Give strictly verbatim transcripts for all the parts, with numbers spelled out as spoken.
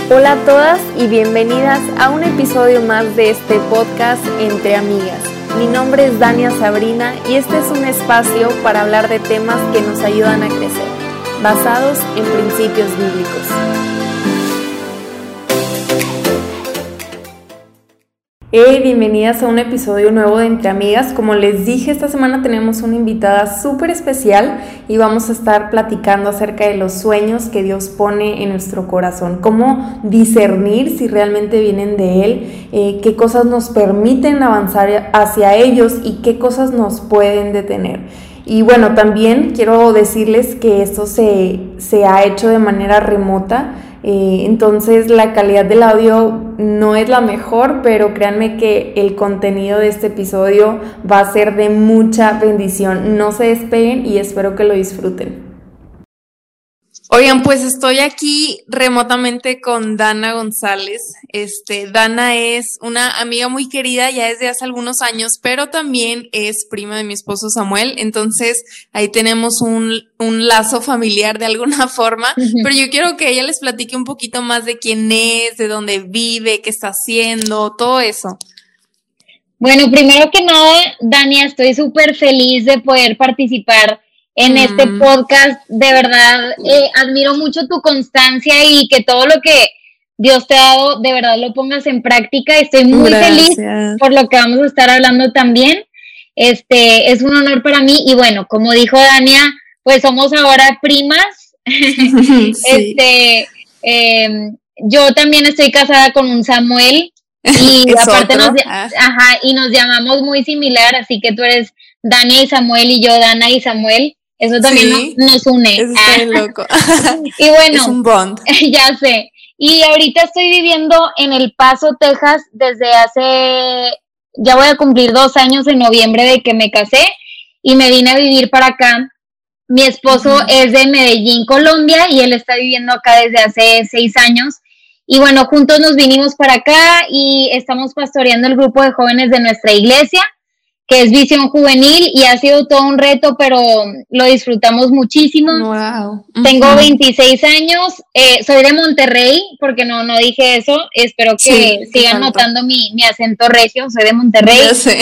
Hola a todas y bienvenidas a un episodio más de este podcast Entre Amigas. Mi nombre es Dania Sabrina y este es un espacio para hablar de temas que nos ayudan a crecer, basados en principios bíblicos. Hey, bienvenidas a un episodio nuevo de Entre Amigas. Como les dije, esta semana tenemos una invitada súper especial y vamos a estar platicando acerca de los sueños que Dios pone en nuestro corazón, cómo discernir si realmente vienen de Él, eh, qué cosas nos permiten avanzar hacia ellos y qué cosas nos pueden detener. Y bueno, también quiero decirles que esto se, se ha hecho de manera remota. Eh, entonces la calidad del audio no es la mejor, pero créanme que el contenido de este episodio va a ser de mucha bendición. No se despeguen y espero que lo disfruten. Oigan, pues estoy aquí remotamente con Dana González. Este, Dana es una amiga muy querida ya desde hace algunos años, pero también es prima de mi esposo Samuel. Entonces ahí tenemos un, un lazo familiar de alguna forma. Uh-huh. Pero yo quiero que ella les platique un poquito más de quién es, de dónde vive, qué está haciendo, todo eso. Bueno, primero que nada, Dania, estoy súper feliz de poder participar en este podcast. De verdad, eh, admiro mucho tu constancia y que todo lo que Dios te ha dado, de verdad lo pongas en práctica. Estoy muy Gracias. feliz por lo que vamos a estar hablando también. Este, es un honor para mí y bueno, como dijo Dania, pues somos ahora primas. Sí. Este, eh, yo también estoy casada con un Samuel y aparte nos, ah. ajá, y nos llamamos muy similar, así que tú eres Dania y Samuel y yo Dana y Samuel. Eso también sí, nos, nos une. Eso está bien loco. Y bueno, es un bond. Ya sé. Y ahorita estoy viviendo en El Paso, Texas, desde hace, ya voy a cumplir dos años en noviembre de que me casé y me vine a vivir para acá. Mi esposo uh-huh. es de Medellín, Colombia, y él está viviendo acá desde hace seis años. Y bueno, juntos nos vinimos para acá y estamos pastoreando el grupo de jóvenes de nuestra iglesia, que es Visión Juvenil, y ha sido todo un reto, pero lo disfrutamos muchísimo. Wow. Uh-huh. Tengo veintiséis años, eh, soy de Monterrey, porque no, no dije eso, espero que sí, sigan notando mi, mi acento regio, soy de Monterrey. Ya sé.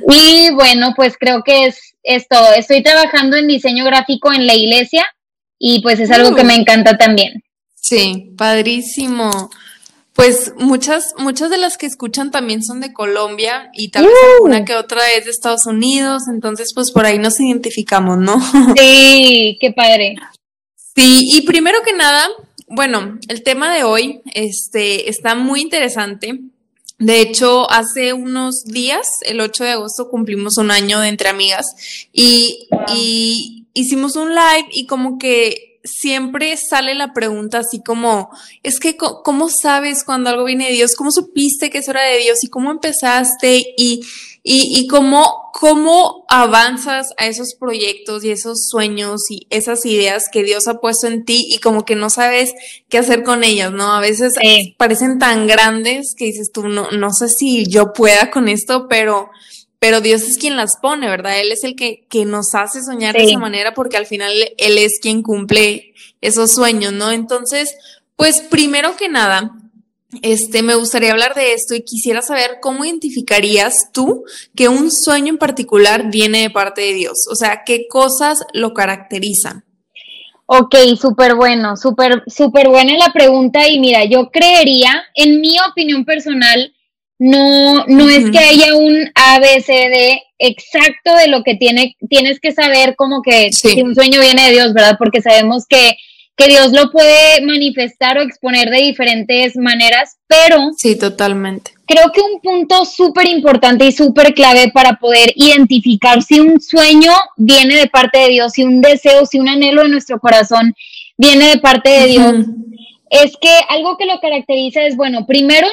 Y bueno, pues creo que es, es todo. Estoy trabajando en diseño gráfico en la iglesia, y pues es algo uh. que me encanta también. Sí, padrísimo. Pues muchas, muchas de las que escuchan también son de Colombia y tal vez uh. alguna que otra es de Estados Unidos, entonces pues por ahí nos identificamos, ¿no? Sí, qué padre. Sí, y primero que nada, bueno, el tema de hoy este, está muy interesante. De hecho, hace unos días, el ocho de agosto, cumplimos un año de Entre Amigas y, wow. y hicimos un live y como que siempre sale la pregunta así como, es que ¿cómo sabes cuando algo viene de Dios? ¿Cómo supiste que eso era de Dios? ¿Y cómo empezaste? Y, y, y cómo, cómo avanzas a esos proyectos y esos sueños y esas ideas que Dios ha puesto en ti y como que no sabes qué hacer con ellas, ¿no? A veces sí. parecen tan grandes que dices tú, no, no sé si yo pueda con esto, pero... Pero Dios es quien las pone, ¿verdad? Él es el que, que nos hace soñar sí. de esa manera porque al final Él es quien cumple esos sueños, ¿no? Entonces, pues primero que nada, este, me gustaría hablar de esto y quisiera saber cómo identificarías tú que un sueño en particular viene de parte de Dios. O sea, ¿qué cosas lo caracterizan? Ok, súper bueno, súper, súper buena la pregunta y mira, yo creería, en mi opinión personal, No, no uh-huh. es que haya un A B C D exacto de lo que tiene, tienes que saber como que sí. si un sueño viene de Dios, ¿verdad? Porque sabemos que, que Dios lo puede manifestar o exponer de diferentes maneras, pero... Sí, totalmente. Creo que un punto súper importante y súper clave para poder identificar si un sueño viene de parte de Dios, si un deseo, si un anhelo de nuestro corazón viene de parte de Dios, uh-huh. es que algo que lo caracteriza es, bueno, primero...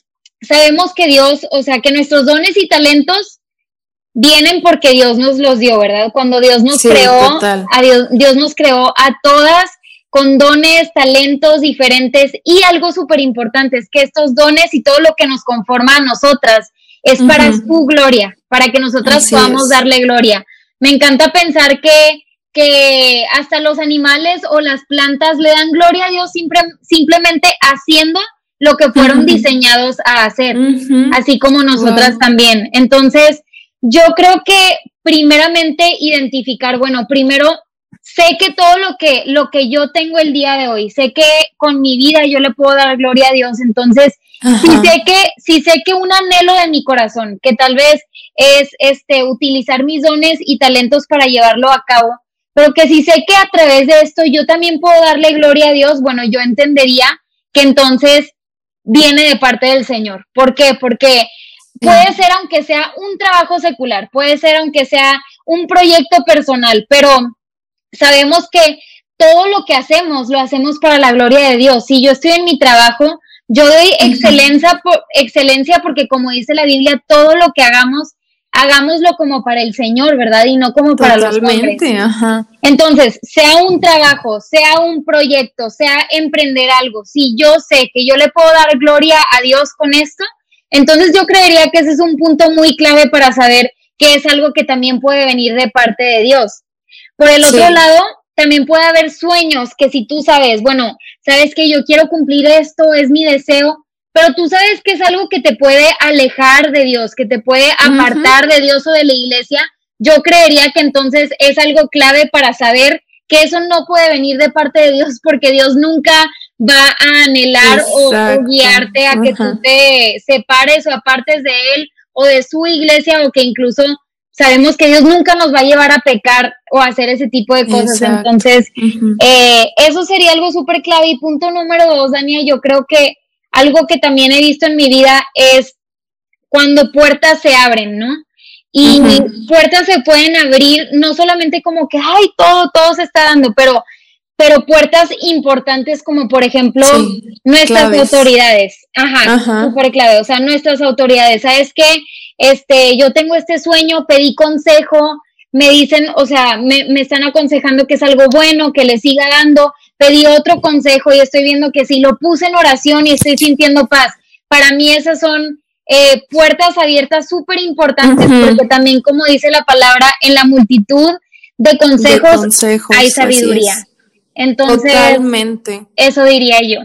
Sabemos que Dios, o sea, que nuestros dones y talentos vienen porque Dios nos los dio, ¿verdad? Cuando Dios nos sí, creó, a Dios, Dios nos creó a todas con dones, talentos diferentes y algo súper importante es que estos dones y todo lo que nos conforma a nosotras es uh-huh. para su gloria, para que nosotras Así podamos es. darle gloria. Me encanta pensar que, que hasta los animales o las plantas le dan gloria a Dios simple, simplemente haciendo lo que fueron uh-huh. diseñados a hacer, uh-huh. así como nosotras wow. también. Entonces, yo creo que primeramente identificar, bueno, primero sé que todo lo que, lo que yo tengo el día de hoy, sé que con mi vida yo le puedo dar gloria a Dios, entonces sí sé que, sí sé que un anhelo de mi corazón, que tal vez es este utilizar mis dones y talentos para llevarlo a cabo, pero que si sé que a través de esto yo también puedo darle gloria a Dios, bueno, yo entendería que entonces viene de parte del Señor. ¿Por qué? Porque puede ser aunque sea un trabajo secular, puede ser aunque sea un proyecto personal, pero sabemos que todo lo que hacemos lo hacemos para la gloria de Dios. Si yo estoy en mi trabajo, yo doy excelencia, por, excelencia porque como dice la Biblia, todo lo que hagamos, hagámoslo como para el Señor, ¿verdad? Y no como para Totalmente, los hombres. Ajá. Entonces, sea un trabajo, sea un proyecto, sea emprender algo, si yo sé que yo le puedo dar gloria a Dios con esto, entonces yo creería que ese es un punto muy clave para saber que es algo que también puede venir de parte de Dios. Por el otro sí. lado, también puede haber sueños que si tú sabes, bueno, sabes que yo quiero cumplir esto, es mi deseo, pero tú sabes que es algo que te puede alejar de Dios, que te puede apartar uh-huh. de Dios o de la iglesia, yo creería que entonces es algo clave para saber que eso no puede venir de parte de Dios, porque Dios nunca va a anhelar o, o guiarte a que uh-huh. tú te separes o apartes de Él o de su iglesia, o que incluso sabemos que Dios nunca nos va a llevar a pecar o a hacer ese tipo de cosas. Exacto. Entonces, uh-huh. eh, eso sería algo súper clave. Y punto número dos, Dania, yo creo que algo que también he visto en mi vida es cuando puertas se abren, ¿no? Y uh-huh. puertas se pueden abrir, no solamente como que, ay, todo, todo se está dando, pero, pero puertas importantes como, por ejemplo, sí, nuestras claves. autoridades. Ajá, Ajá. súper clave. O sea, nuestras autoridades. ¿Sabes qué? Este, yo tengo este sueño, pedí consejo, me dicen, o sea, me, me están aconsejando que es algo bueno, que le siga dando, pedí otro consejo y estoy viendo que si lo puse en oración y estoy sintiendo paz. Para mí esas son eh, puertas abiertas súper importantes, uh-huh. porque también, como dice la palabra, en la multitud de consejos, de consejos hay sabiduría. Entonces, totalmente. Eso diría yo.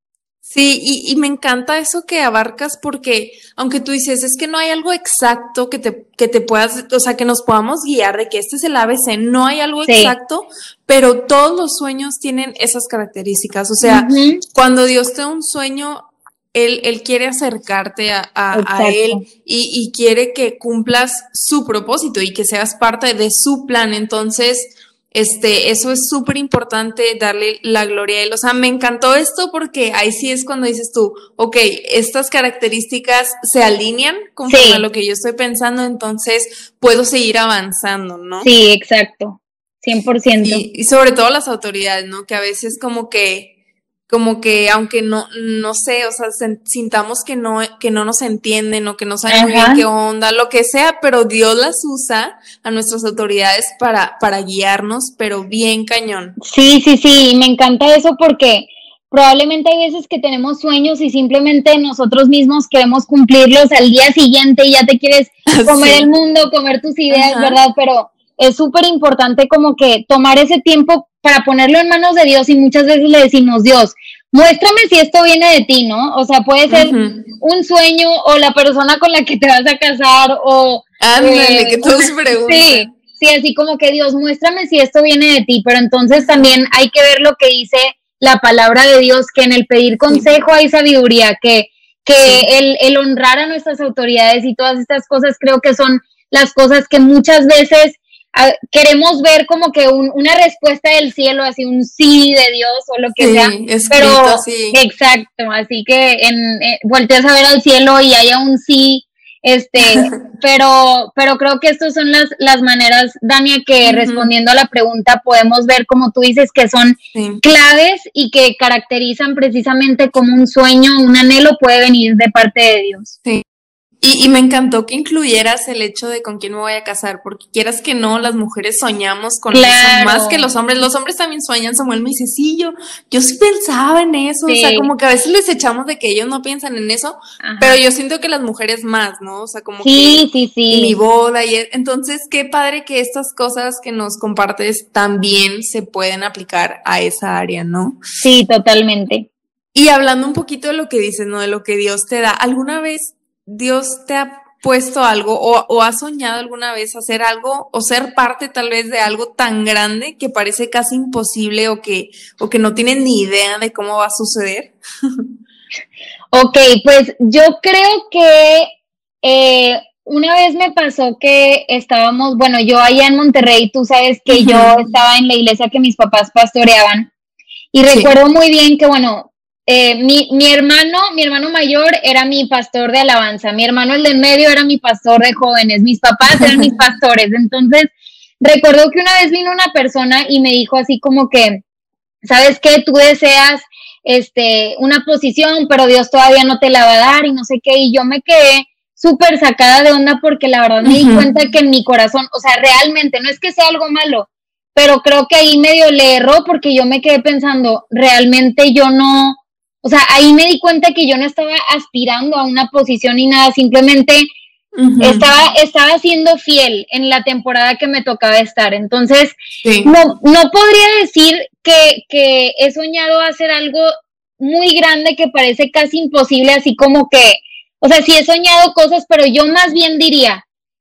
Sí, y, y me encanta eso que abarcas, porque aunque tú dices, es que no hay algo exacto que te, que te puedas, o sea, que nos podamos guiar de que este es el A B C, no hay algo sí. exacto, pero todos los sueños tienen esas características. O sea, uh-huh. cuando Dios te da un sueño, Él, él quiere acercarte a, a, a Él y, y quiere que cumplas su propósito y que seas parte de su plan. Entonces, Este, eso es súper importante, darle la gloria a Él. O sea, me encantó esto porque ahí sí es cuando dices tú, ok, estas características se alinean conforme sí. a lo que yo estoy pensando, entonces puedo seguir avanzando, ¿no? Sí, exacto, cien por ciento. Y, y sobre todo las autoridades, ¿no? Que a veces como que, como que aunque no, no sé, o sea, se, sintamos que no, que no nos entienden o que no saben Ajá. muy bien qué onda, lo que sea, pero Dios las usa a nuestras autoridades para, para guiarnos, pero bien cañón. Sí, sí, sí, me encanta eso porque probablemente hay veces que tenemos sueños y simplemente nosotros mismos queremos cumplirlos al día siguiente y ya te quieres comer sí. el mundo, comer tus ideas, Ajá. ¿verdad? Pero es súper importante como que tomar ese tiempo para ponerlo en manos de Dios, y muchas veces le decimos, Dios, muéstrame si esto viene de ti, ¿no? O sea, puede ser uh-huh. un sueño o la persona con la que te vas a casar o... Ándale, eh, que todos preguntan. Sí, sí, así como que Dios, muéstrame si esto viene de ti, pero entonces también hay que ver lo que dice la palabra de Dios, que en el pedir consejo sí. hay sabiduría, que, que sí. el, el honrar a nuestras autoridades y todas estas cosas creo que son las cosas que muchas veces... A, queremos ver como que un, una respuesta del cielo, así un sí de Dios o lo que sí, sea, escrito, pero sí. exacto, así que en, eh, volteas a ver al cielo y haya un sí, este, pero, pero creo que estas son las, las maneras, Dania, que uh-huh. respondiendo a la pregunta podemos ver, como tú dices, que son sí. claves y que caracterizan precisamente como un sueño, un anhelo puede venir de parte de Dios. Sí. Y, y me encantó que incluyeras el hecho de con quién me voy a casar, porque quieras que no, las mujeres soñamos con claro. eso más que los hombres. Los hombres también sueñan. Samuel me dice, sí, yo, yo sí pensaba en eso, sí. o sea, como que a veces les echamos de que ellos no piensan en eso, Ajá. pero yo siento que las mujeres más, ¿no? O sea, como sí, que sí, sí. y mi boda y entonces qué padre que estas cosas que nos compartes también se pueden aplicar a esa área, ¿no? Sí, totalmente. Y hablando un poquito de lo que dices, ¿no? De lo que Dios te da, ¿alguna vez Dios te ha puesto algo o, o has soñado alguna vez hacer algo o ser parte tal vez de algo tan grande que parece casi imposible o que, o que no tienes ni idea de cómo va a suceder? Ok, pues yo creo que eh, una vez me pasó que estábamos, bueno, yo allá en Monterrey, tú sabes que uh-huh. yo estaba en la iglesia que mis papás pastoreaban y sí. recuerdo muy bien que, bueno, Eh, mi, mi hermano, mi hermano mayor era mi pastor de alabanza, mi hermano el de en medio era mi pastor de jóvenes, mis papás eran mis pastores. Entonces recuerdo que una vez vino una persona y me dijo así como que, ¿sabes qué? Tú deseas este, una posición, pero Dios todavía no te la va a dar y no sé qué, y yo me quedé súper sacada de onda porque la verdad me uh-huh. di cuenta que en mi corazón, o sea, realmente, no es que sea algo malo, pero creo que ahí medio le erró porque yo me quedé pensando, realmente yo no... O sea, ahí me di cuenta que yo no estaba aspirando a una posición ni nada, simplemente uh-huh. estaba, estaba siendo fiel en la temporada que me tocaba estar. Entonces, sí. no, no podría decir que, que he soñado hacer algo muy grande que parece casi imposible, así como que, o sea, sí he soñado cosas, pero yo más bien diría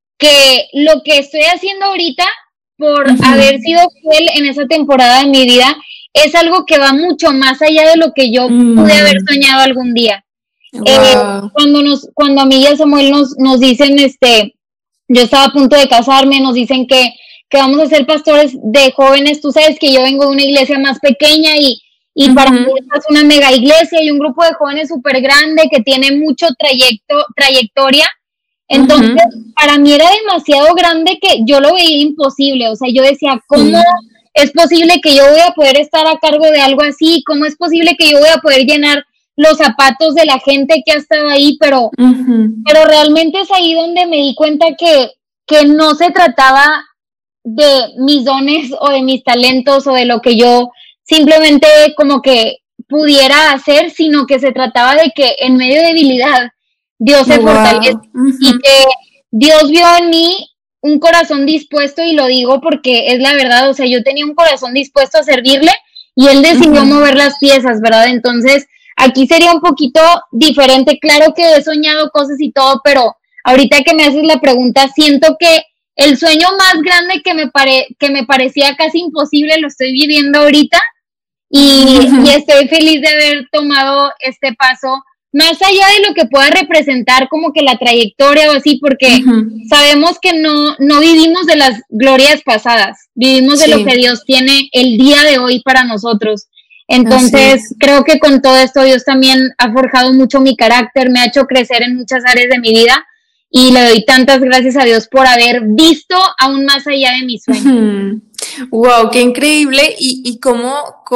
que lo que estoy haciendo ahorita, por uh-huh. haber sido fiel en esa temporada de mi vida, es algo que va mucho más allá de lo que yo mm. pude haber soñado algún día. Wow. Eh, cuando nos, cuando a mí y a Samuel nos, nos dicen, este, yo estaba a punto de casarme, nos dicen que, que vamos a ser pastores de jóvenes. Tú sabes que yo vengo de una iglesia más pequeña y, y uh-huh. para mí es una mega iglesia y un grupo de jóvenes súper grande que tiene mucho trayecto, trayectoria. Entonces, uh-huh. para mí era demasiado grande que yo lo veía imposible. O sea, yo decía, ¿cómo... Uh-huh. ¿Es posible que yo voy a poder estar a cargo de algo así? ¿Cómo es posible que yo voy a poder llenar los zapatos de la gente que ha estado ahí? Pero, uh-huh. pero realmente es ahí donde me di cuenta que, que no se trataba de mis dones o de mis talentos o de lo que yo simplemente como que pudiera hacer, sino que se trataba de que en medio de debilidad Dios se wow. fortalece uh-huh. y que Dios vio en mí un corazón dispuesto, y lo digo porque es la verdad, o sea, yo tenía un corazón dispuesto a servirle y él decidió uh-huh. mover las piezas, ¿verdad? Entonces, aquí sería un poquito diferente. Claro que he soñado cosas y todo, pero ahorita que me haces la pregunta, siento que el sueño más grande que me, pare, que me parecía casi imposible lo estoy viviendo ahorita y, uh-huh. y estoy feliz de haber tomado este paso, más allá de lo que pueda representar como que la trayectoria o así, porque uh-huh. sabemos que no, no vivimos de las glorias pasadas, vivimos sí. de lo que Dios tiene el día de hoy para nosotros. Entonces, creo que con todo esto Dios también ha forjado mucho mi carácter, me ha hecho crecer en muchas áreas de mi vida y le doy tantas gracias a Dios por haber visto aún más allá de mis sueños. Uh-huh. Wow, qué increíble y, y cómo,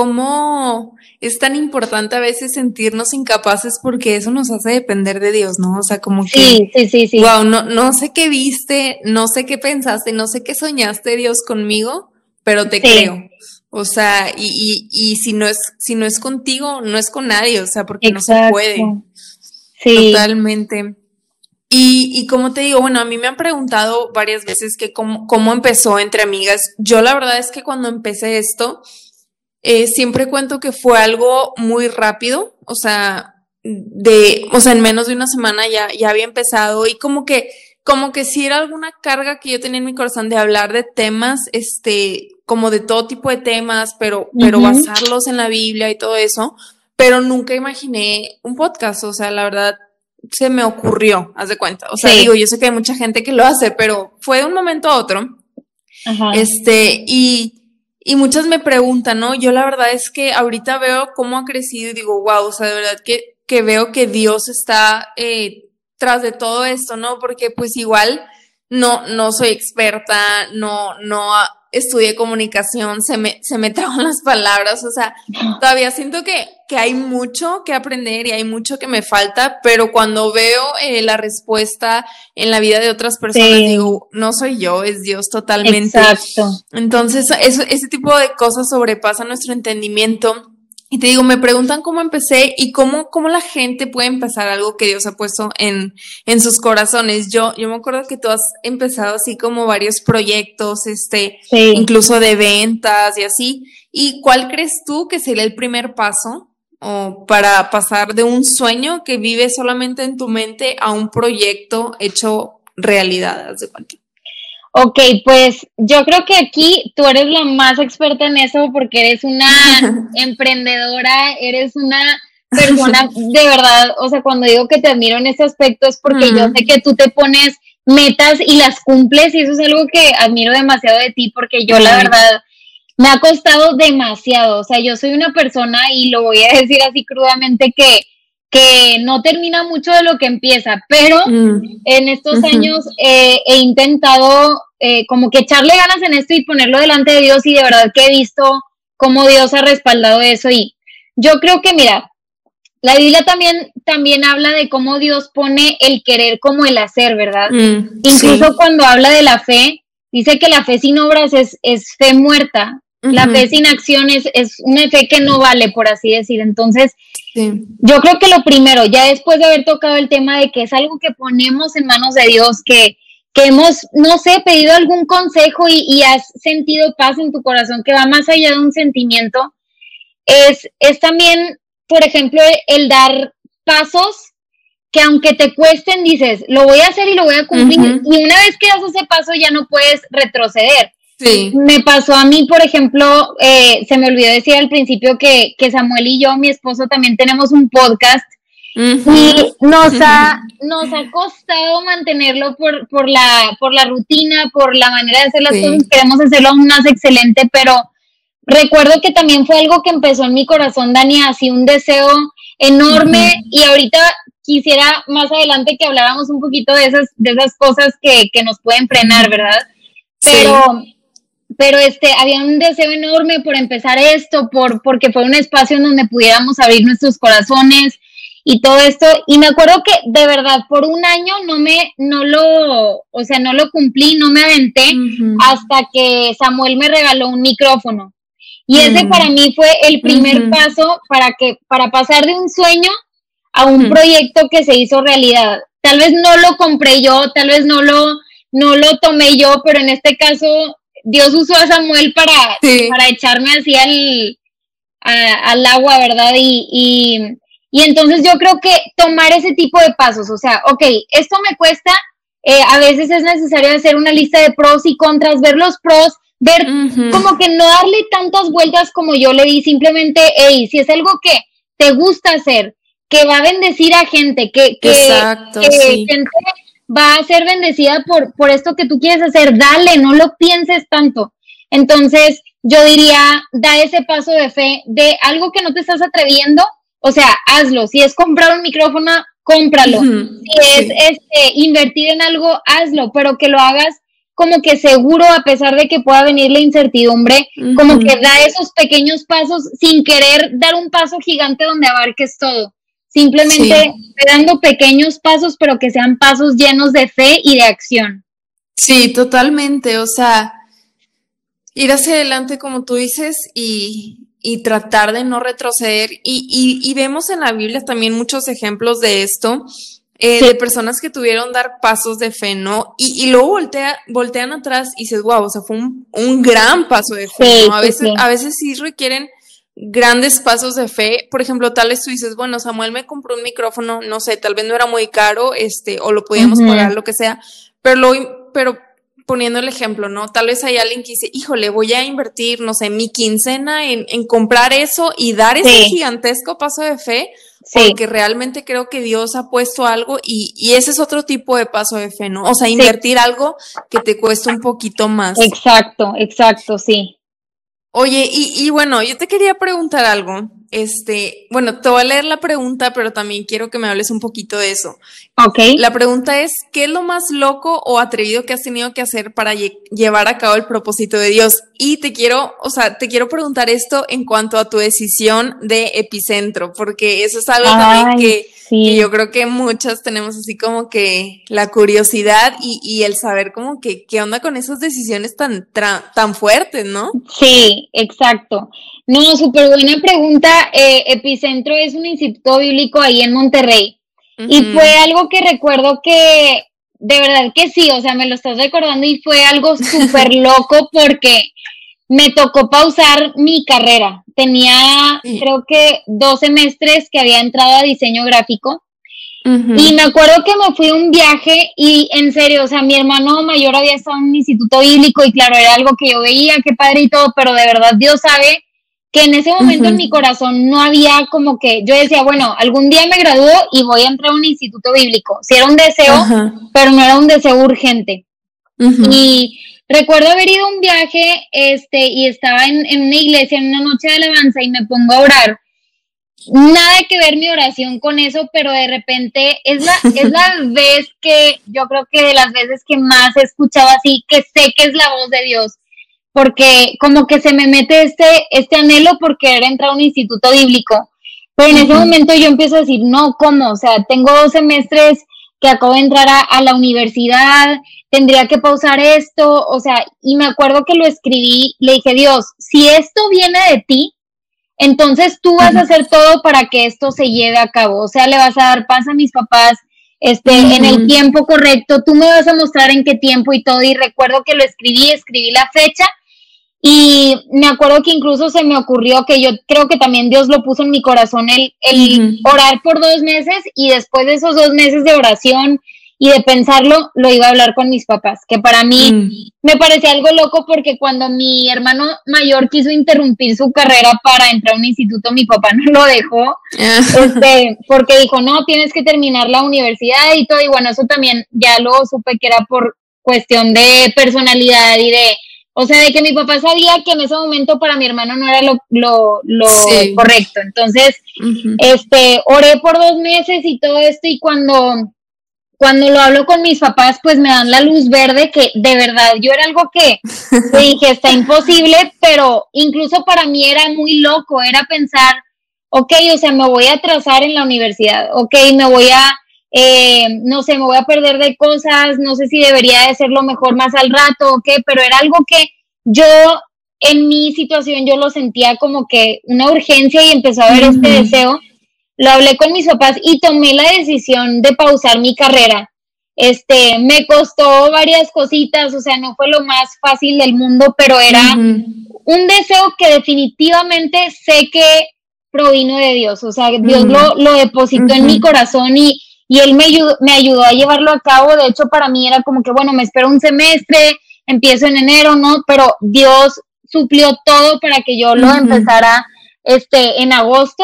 cómo es tan importante a veces sentirnos incapaces porque eso nos hace depender de Dios, ¿no? O sea, como que, sí, sí, sí, sí. wow, no, no sé qué viste, no sé qué pensaste, no sé qué soñaste, Dios, conmigo, pero te sí. creo. O sea, y, y, y si no es, si no es contigo, no es con nadie, o sea, porque Exacto. no se puede. Sí. Totalmente. Y, y como te digo, bueno, a mí me han preguntado varias veces que cómo, cómo empezó Entre Amigas. Yo la verdad es que cuando empecé esto, eh, siempre cuento que fue algo muy rápido, o sea, de, o sea, en menos de una semana ya, ya había empezado y como que, como que sí era alguna carga que yo tenía en mi corazón de hablar de temas, este, como de todo tipo de temas, pero, uh-huh. pero basarlos en la Biblia y todo eso, pero nunca imaginé un podcast, o sea, la verdad, se me ocurrió, haz de cuenta. O sea, sí. digo, yo sé que hay mucha gente que lo hace, pero fue de un momento a otro. Ajá. Este, y, y muchas me preguntan, ¿no? Yo la verdad es que ahorita veo cómo ha crecido y digo, wow, o sea, de verdad que, que veo que Dios está eh, tras de todo esto, ¿no? Porque pues igual no, no soy experta, no, no estudié comunicación, se me, se me traban las palabras, o sea, todavía siento que, que hay mucho que aprender y hay mucho que me falta, pero cuando veo eh, la respuesta en la vida de otras personas, sí. digo, no soy yo, es Dios totalmente. Exacto. Entonces, eso, ese tipo de cosas sobrepasan nuestro entendimiento. Y te digo, me preguntan cómo empecé y cómo, cómo la gente puede empezar algo que Dios ha puesto en, en sus corazones. Yo, yo me acuerdo que tú has empezado así como varios proyectos, este, sí. incluso de ventas y así. ¿Y cuál crees tú que sería el primer paso o para pasar de un sueño que vive solamente en tu mente a un proyecto hecho realidad, haz de cuenta? Ok, pues yo creo que aquí tú eres la más experta en eso porque eres una emprendedora, eres una persona de verdad, o sea, cuando digo que te admiro en ese aspecto es porque mm. yo sé que tú te pones metas y las cumples y eso es algo que admiro demasiado de ti porque yo mm. la verdad me ha costado demasiado, o sea, yo soy una persona y lo voy a decir así crudamente que que no termina mucho de lo que empieza, pero mm. en estos uh-huh. años eh, he intentado eh, como que echarle ganas en esto y ponerlo delante de Dios y de verdad que he visto cómo Dios ha respaldado eso y yo creo que mira, la Biblia también, también habla de cómo Dios pone el querer como el hacer, ¿verdad? Mm, Incluso sí. cuando habla de la fe, dice que la fe sin obras es, es fe muerta. Uh-huh. La fe sin acción es, es una fe que no vale, por así decir. Entonces, sí. yo creo que lo primero, ya después de haber tocado el tema de que es algo que ponemos en manos de Dios, que, que hemos, no sé, pedido algún consejo y, y has sentido paz en tu corazón, que va más allá de un sentimiento, es, es también, por ejemplo, el, el dar pasos que aunque te cuesten, dices, lo voy a hacer y lo voy a cumplir, uh-huh. y una vez que das ese paso ya no puedes retroceder. Sí. Me pasó a mí, por ejemplo, eh, se me olvidó decir al principio que, que Samuel y yo, mi esposo, también tenemos un podcast uh-huh. y nos ha, nos ha costado mantenerlo por, por, la, por la rutina, por la manera de hacer las sí. cosas. Queremos hacerlo aún más excelente, pero recuerdo que también fue algo que empezó en mi corazón, Dani, así un deseo enorme uh-huh. y ahorita quisiera más adelante que habláramos un poquito de esas, de esas cosas que, que nos pueden frenar, ¿verdad? Pero... Sí. Pero este, había un deseo enorme por empezar esto, por, porque fue un espacio en donde pudiéramos abrir nuestros corazones y todo esto. Y me acuerdo que de verdad por un año no me, no lo, o sea, no lo cumplí, no me aventé uh-huh. hasta que Samuel me regaló un micrófono. Y uh-huh. ese para mí fue el primer uh-huh. paso para que, para pasar de un sueño a un uh-huh. proyecto que se hizo realidad. Tal vez no lo compré yo, tal vez no lo, no lo tomé yo, pero en este caso Dios usó a Samuel para, sí. para echarme así al, a, al agua, ¿verdad? Y, y, y entonces yo creo que tomar ese tipo de pasos, o sea, ok, esto me cuesta, eh, a veces es necesario hacer una lista de pros y contras, ver los pros, ver uh-huh. como que no darle tantas vueltas como yo le di, simplemente, hey, si es algo que te gusta hacer, que va a bendecir a gente, que, que, Exacto, que sí. gente va a ser bendecida por, por esto que tú quieres hacer, dale, no lo pienses tanto. Entonces, yo diría, da ese paso de fe de algo que no te estás atreviendo, o sea, hazlo. Si es comprar un micrófono, cómpralo. Uh-huh. Si es sí. este, invertir en algo, hazlo, pero que lo hagas como que seguro, a pesar de que pueda venir la incertidumbre, uh-huh. como que da esos pequeños pasos sin querer dar un paso gigante donde abarques todo. Simplemente sí. dando pequeños pasos, pero que sean pasos llenos de fe y de acción. Sí, totalmente. O sea, ir hacia adelante, como tú dices, y, y tratar de no retroceder. Y, y, y vemos en la Biblia también muchos ejemplos de esto, eh, sí. de personas que tuvieron dar pasos de fe, ¿no? Y, y luego voltea, voltean atrás y dices, wow, o sea, fue un, un gran paso de fe, sí, ¿no? A veces, sí. a veces sí requieren grandes pasos de fe. Por ejemplo, tal vez tú dices, bueno, Samuel me compró un micrófono, no sé, tal vez no era muy caro, este, o lo podíamos uh-huh. pagar, lo que sea, pero lo, pero poniendo el ejemplo, ¿no? Tal vez hay alguien que dice, híjole, voy a invertir, no sé, mi quincena en, en comprar eso y dar ese sí. gigantesco paso de fe, sí. porque realmente creo que Dios ha puesto algo y, y ese es otro tipo de paso de fe, ¿no? O sea, invertir sí. algo que te cuesta un poquito más. Exacto, exacto, sí. Oye, y, y bueno, yo te quería preguntar algo, este, bueno, te voy a leer la pregunta, pero también quiero que me hables un poquito de eso. Ok. La pregunta es, ¿qué es lo más loco o atrevido que has tenido que hacer para lle- llevar a cabo el propósito de Dios? Y te quiero, o sea, te quiero preguntar esto en cuanto a tu decisión de Epicentro, porque eso es algo Ay, también que, sí. que yo creo que muchas tenemos así como que la curiosidad y, y el saber como que qué onda con esas decisiones tan, tra- tan fuertes, ¿no? Sí, exacto. No, súper buena pregunta. Eh, Epicentro es un instituto bíblico ahí en Monterrey. Uh-huh. Y fue algo que recuerdo que, de verdad que sí, o sea, me lo estás recordando y fue algo súper loco porque me tocó pausar mi carrera. Tenía, sí. creo que dos semestres que había entrado a diseño gráfico. Uh-huh. Y me acuerdo que me fui a un viaje y en serio, o sea, mi hermano mayor había estado en un instituto bíblico y claro, era algo que yo veía, qué padre y todo, pero de verdad Dios sabe que en ese momento uh-huh. en mi corazón no había como que, yo decía, bueno, algún día me gradúo y voy a entrar a un instituto bíblico. Sí era un deseo, uh-huh. pero no era un deseo urgente. Uh-huh. Y recuerdo haber ido a un viaje este, y estaba en, en una iglesia, en una noche de alabanza y me pongo a orar. Nada que ver mi oración con eso, pero de repente es la, es la vez que, yo creo que de las veces que más he escuchado así, que sé que es la voz de Dios, porque como que se me mete este, este anhelo por querer entrar a un instituto bíblico, pero en uh-huh. ese momento yo empiezo a decir, no, ¿cómo? O sea, tengo dos semestres que acabo de entrar a, a la universidad, tendría que pausar esto, o sea, y me acuerdo que lo escribí, le dije, Dios, si esto viene de ti, entonces tú vas uh-huh. a hacer todo para que esto se lleve a cabo, o sea, le vas a dar paz a mis papás, este, uh-huh. en el tiempo correcto, tú me vas a mostrar en qué tiempo y todo, y recuerdo que lo escribí, escribí la fecha, y me acuerdo que incluso se me ocurrió que yo creo que también Dios lo puso en mi corazón, el, el uh-huh. orar por dos meses, y después de esos dos meses de oración, y de pensarlo, lo iba a hablar con mis papás, que para mí mm. me parecía algo loco porque cuando mi hermano mayor quiso interrumpir su carrera para entrar a un instituto, mi papá no lo dejó, este, porque dijo, no, tienes que terminar la universidad y todo, y bueno, eso también ya lo supe que era por cuestión de personalidad y de, o sea, de que mi papá sabía que en ese momento para mi hermano no era lo, lo, lo sí. correcto, entonces, uh-huh. este, oré por dos meses y todo esto, y cuando... Cuando lo hablo con mis papás, pues me dan la luz verde, que de verdad yo era algo que dije, está imposible, pero incluso para mí era muy loco, era pensar, ok, o sea, me voy a atrasar en la universidad, ok, me voy a, eh, no sé, me voy a perder de cosas, no sé si debería de hacerlo mejor más al rato, ok, pero era algo que yo, en mi situación, yo lo sentía como que una urgencia y empezó a haber uh-huh. este deseo. Lo hablé con mis papás y tomé la decisión de pausar mi carrera. Este, me costó varias cositas, o sea, no fue lo más fácil del mundo, pero era uh-huh. un deseo que definitivamente sé que provino de Dios, o sea, Dios uh-huh. lo, lo depositó uh-huh. en mi corazón y, y Él me ayudó, me ayudó a llevarlo a cabo. De hecho, para mí era como que, bueno, me espero un semestre, empiezo en enero, ¿no? Pero Dios suplió todo para que yo lo uh-huh. empezara este, en agosto.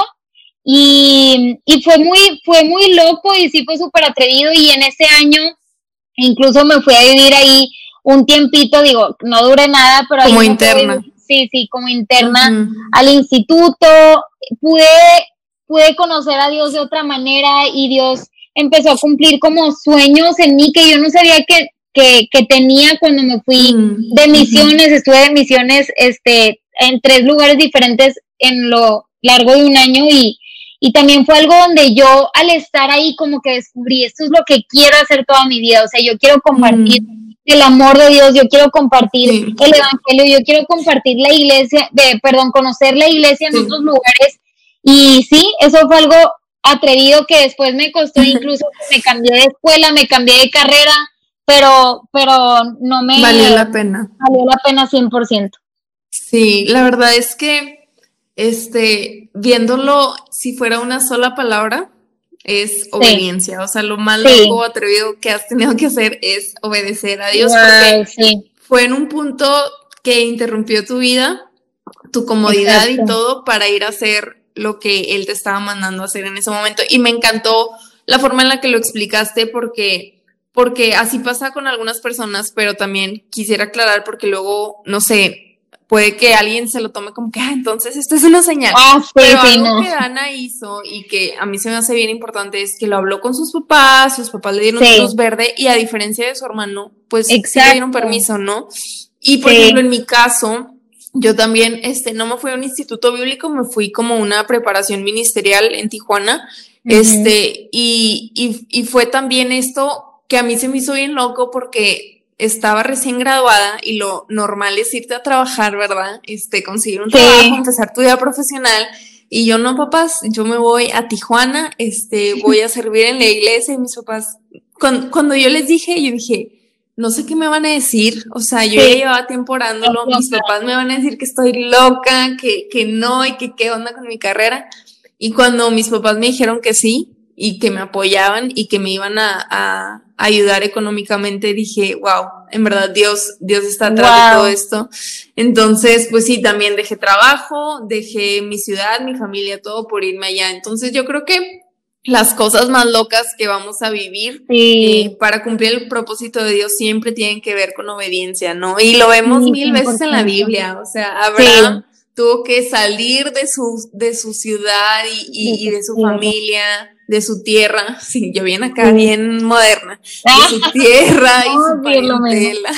Y, y fue muy, fue muy loco y sí fue súper atrevido, y en ese año incluso me fui a vivir ahí un tiempito, digo, no duré nada, pero ahí como me interna. Fui, sí, sí, como interna uh-huh. al instituto, pude, pude conocer a Dios de otra manera y Dios empezó a cumplir como sueños en mí que yo no sabía que, que, que tenía cuando me fui uh-huh. de misiones, uh-huh. estuve de misiones este, en tres lugares diferentes en lo largo de un año y Y también fue algo donde yo, al estar ahí, como que descubrí, esto es lo que quiero hacer toda mi vida. O sea, yo quiero compartir mm. el amor de Dios, yo quiero compartir sí. el evangelio, yo quiero compartir la iglesia, de, perdón, conocer la iglesia en sí. otros lugares. Y sí, eso fue algo atrevido que después me costó, incluso me cambié de escuela, me cambié de carrera, pero, pero no me... Valió la pena. Valió la pena cien por ciento. Sí, la verdad es que... Este, viéndolo, si fuera una sola palabra, es sí. obediencia. O sea, lo más sí. loco o atrevido que has tenido que hacer es obedecer a Dios, wow, porque sí. fue en un punto que interrumpió tu vida, tu comodidad Exacto. y todo para ir a hacer lo que Él te estaba mandando a hacer en ese momento. Y me encantó la forma en la que lo explicaste, porque, porque así pasa con algunas personas, pero también quisiera aclarar porque luego, no sé, puede que alguien se lo tome como que, ah, entonces esto es una señal. Ah, sí, pero sí, algo no. que Ana hizo y que a mí se me hace bien importante es que lo habló con sus papás, sus papás le dieron sí. luz verde y a diferencia de su hermano, pues Exacto. sí le dieron permiso, ¿no? Y por sí. ejemplo, en mi caso, yo también, este, no me fui a un instituto bíblico, me fui como una preparación ministerial en Tijuana, uh-huh. este, y, y, y fue también esto que a mí se me hizo bien loco porque estaba recién graduada y lo normal es irte a trabajar, ¿verdad? Este, conseguir un sí. trabajo, empezar tu vida profesional. Y yo, no, papás, yo me voy a Tijuana, este, voy a servir en la iglesia. Y mis papás, cuando, cuando yo les dije, yo dije, no sé qué me van a decir, o sea, yo sí. ya llevaba tiempo orándolo, mis papás me van a decir que estoy loca, que, que no, y que qué onda con mi carrera, y cuando mis papás me dijeron que sí, y que me apoyaban, y que me iban a, a ayudar económicamente, dije, wow, en verdad Dios, Dios está atrás wow. de todo esto. Entonces, pues sí, también dejé trabajo, dejé mi ciudad, mi familia, todo por irme allá. Entonces yo creo que las cosas más locas que vamos a vivir sí. eh, para cumplir el propósito de Dios siempre tienen que ver con obediencia, ¿no? Y lo vemos sí, mil veces en la Biblia, o sea, Abraham sí. tuvo que salir de su, de su ciudad y, y, y de su familia, de su tierra, sí, yo bien acá, sí. bien moderna, de su tierra y su parentela,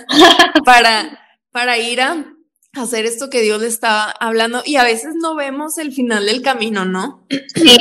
para, para ir a hacer esto que Dios le estaba hablando, y a veces no vemos el final del camino, ¿no? Sí.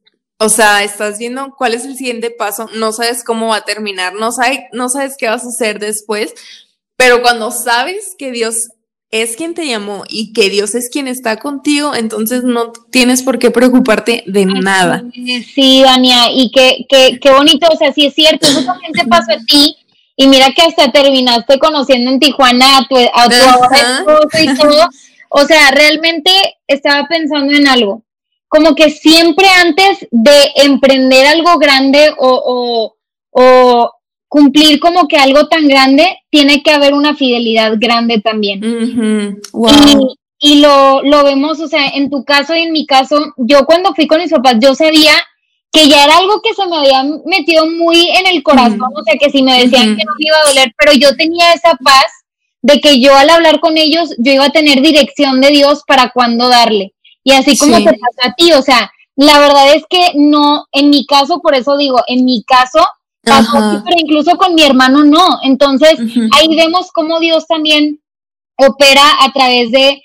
O sea, estás viendo cuál es el siguiente paso, no sabes cómo va a terminar, no sabes, no sabes qué va a suceder después, pero cuando sabes que Dios es quien te llamó y que Dios es quien está contigo, entonces no tienes por qué preocuparte de nada. Sí, Dania, y qué, qué, qué bonito, o sea, sí es cierto, eso también te pasó a ti, y mira que hasta terminaste conociendo en Tijuana a tu, a tu ahora esposo y todo, o sea, realmente estaba pensando en algo, como que siempre antes de emprender algo grande o, o, o cumplir como que algo tan grande, tiene que haber una fidelidad grande también. Mm-hmm. Wow. Y, y lo, lo vemos, o sea, en tu caso y en mi caso, yo cuando fui con mis papás, yo sabía que ya era algo que se me había metido muy en el corazón, mm. o sea, que si me decían mm-hmm. que no me iba a doler, pero yo tenía esa paz de que yo al hablar con ellos, yo iba a tener dirección de Dios para cuándo darle. Y así como sí. te pasa a ti, o sea, la verdad es que no, en mi caso, por eso digo, en mi caso, pasó así, pero incluso con mi hermano no. Entonces, uh-huh. ahí vemos cómo Dios también opera a través de,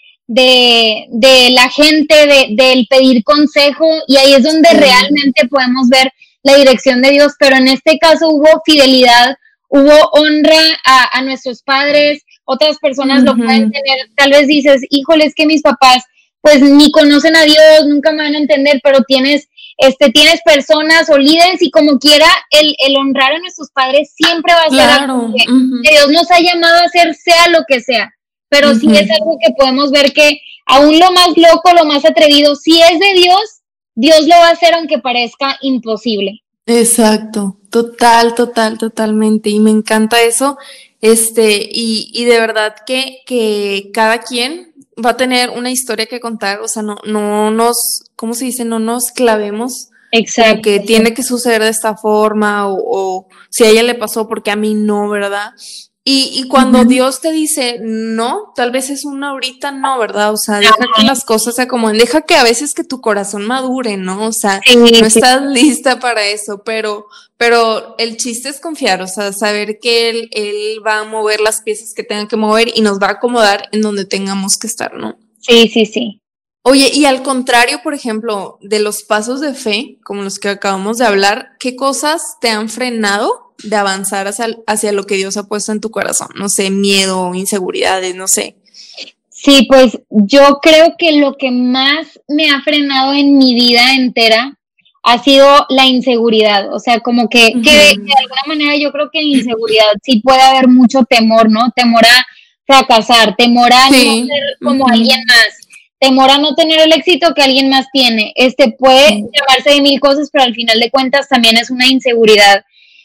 de, de la gente, de, del pedir consejo, y ahí es donde sí. realmente podemos ver la dirección de Dios, pero en este caso hubo fidelidad, hubo honra a, a nuestros padres, otras personas uh-huh. lo pueden tener, tal vez dices, híjole, es que mis papás pues ni conocen a Dios, nunca me van a entender, pero tienes, este, tienes personas o líderes, y como quiera, el, el honrar a nuestros padres siempre va a ser claro. algo que, uh-huh. que Dios nos ha llamado a hacer, sea lo que sea, pero uh-huh. sí es algo que podemos ver que aún lo más loco, lo más atrevido, si es de Dios, Dios lo va a hacer aunque parezca imposible. Exacto, total, total, totalmente, y me encanta eso, este, y, y de verdad que, que cada quien va a tener una historia que contar, o sea, no, no nos, ¿cómo se dice? No nos clavemos. Exacto. Que tiene que suceder de esta forma, o, o si a ella le pasó, porque a mí no, ¿verdad? Y, y cuando uh-huh. Dios te dice no, tal vez es una ahorita no, ¿verdad? O sea, deja uh-huh. que las cosas se acomoden, deja que a veces que tu corazón madure, ¿no? O sea, sí, no sí. estás lista para eso, pero, pero el chiste es confiar, o sea, saber que él, él va a mover las piezas que tenga que mover y nos va a acomodar en donde tengamos que estar, ¿no? Sí, sí, sí. Oye, y al contrario, por ejemplo, de los pasos de fe, como los que acabamos de hablar, ¿qué cosas te han frenado de avanzar hacia, hacia lo que Dios ha puesto en tu corazón? No sé, miedo, inseguridades, no sé. Sí, pues yo creo que lo que más me ha frenado en mi vida entera ha sido la inseguridad. O sea, como que, uh-huh. que de, de alguna manera yo creo que en inseguridad sí puede haber mucho temor, ¿no? Temor a fracasar, temor a sí. no ser como uh-huh. alguien más. Temor a no tener el éxito que alguien más tiene. Este puede sí. llamarse de mil cosas, pero al final de cuentas también es una inseguridad.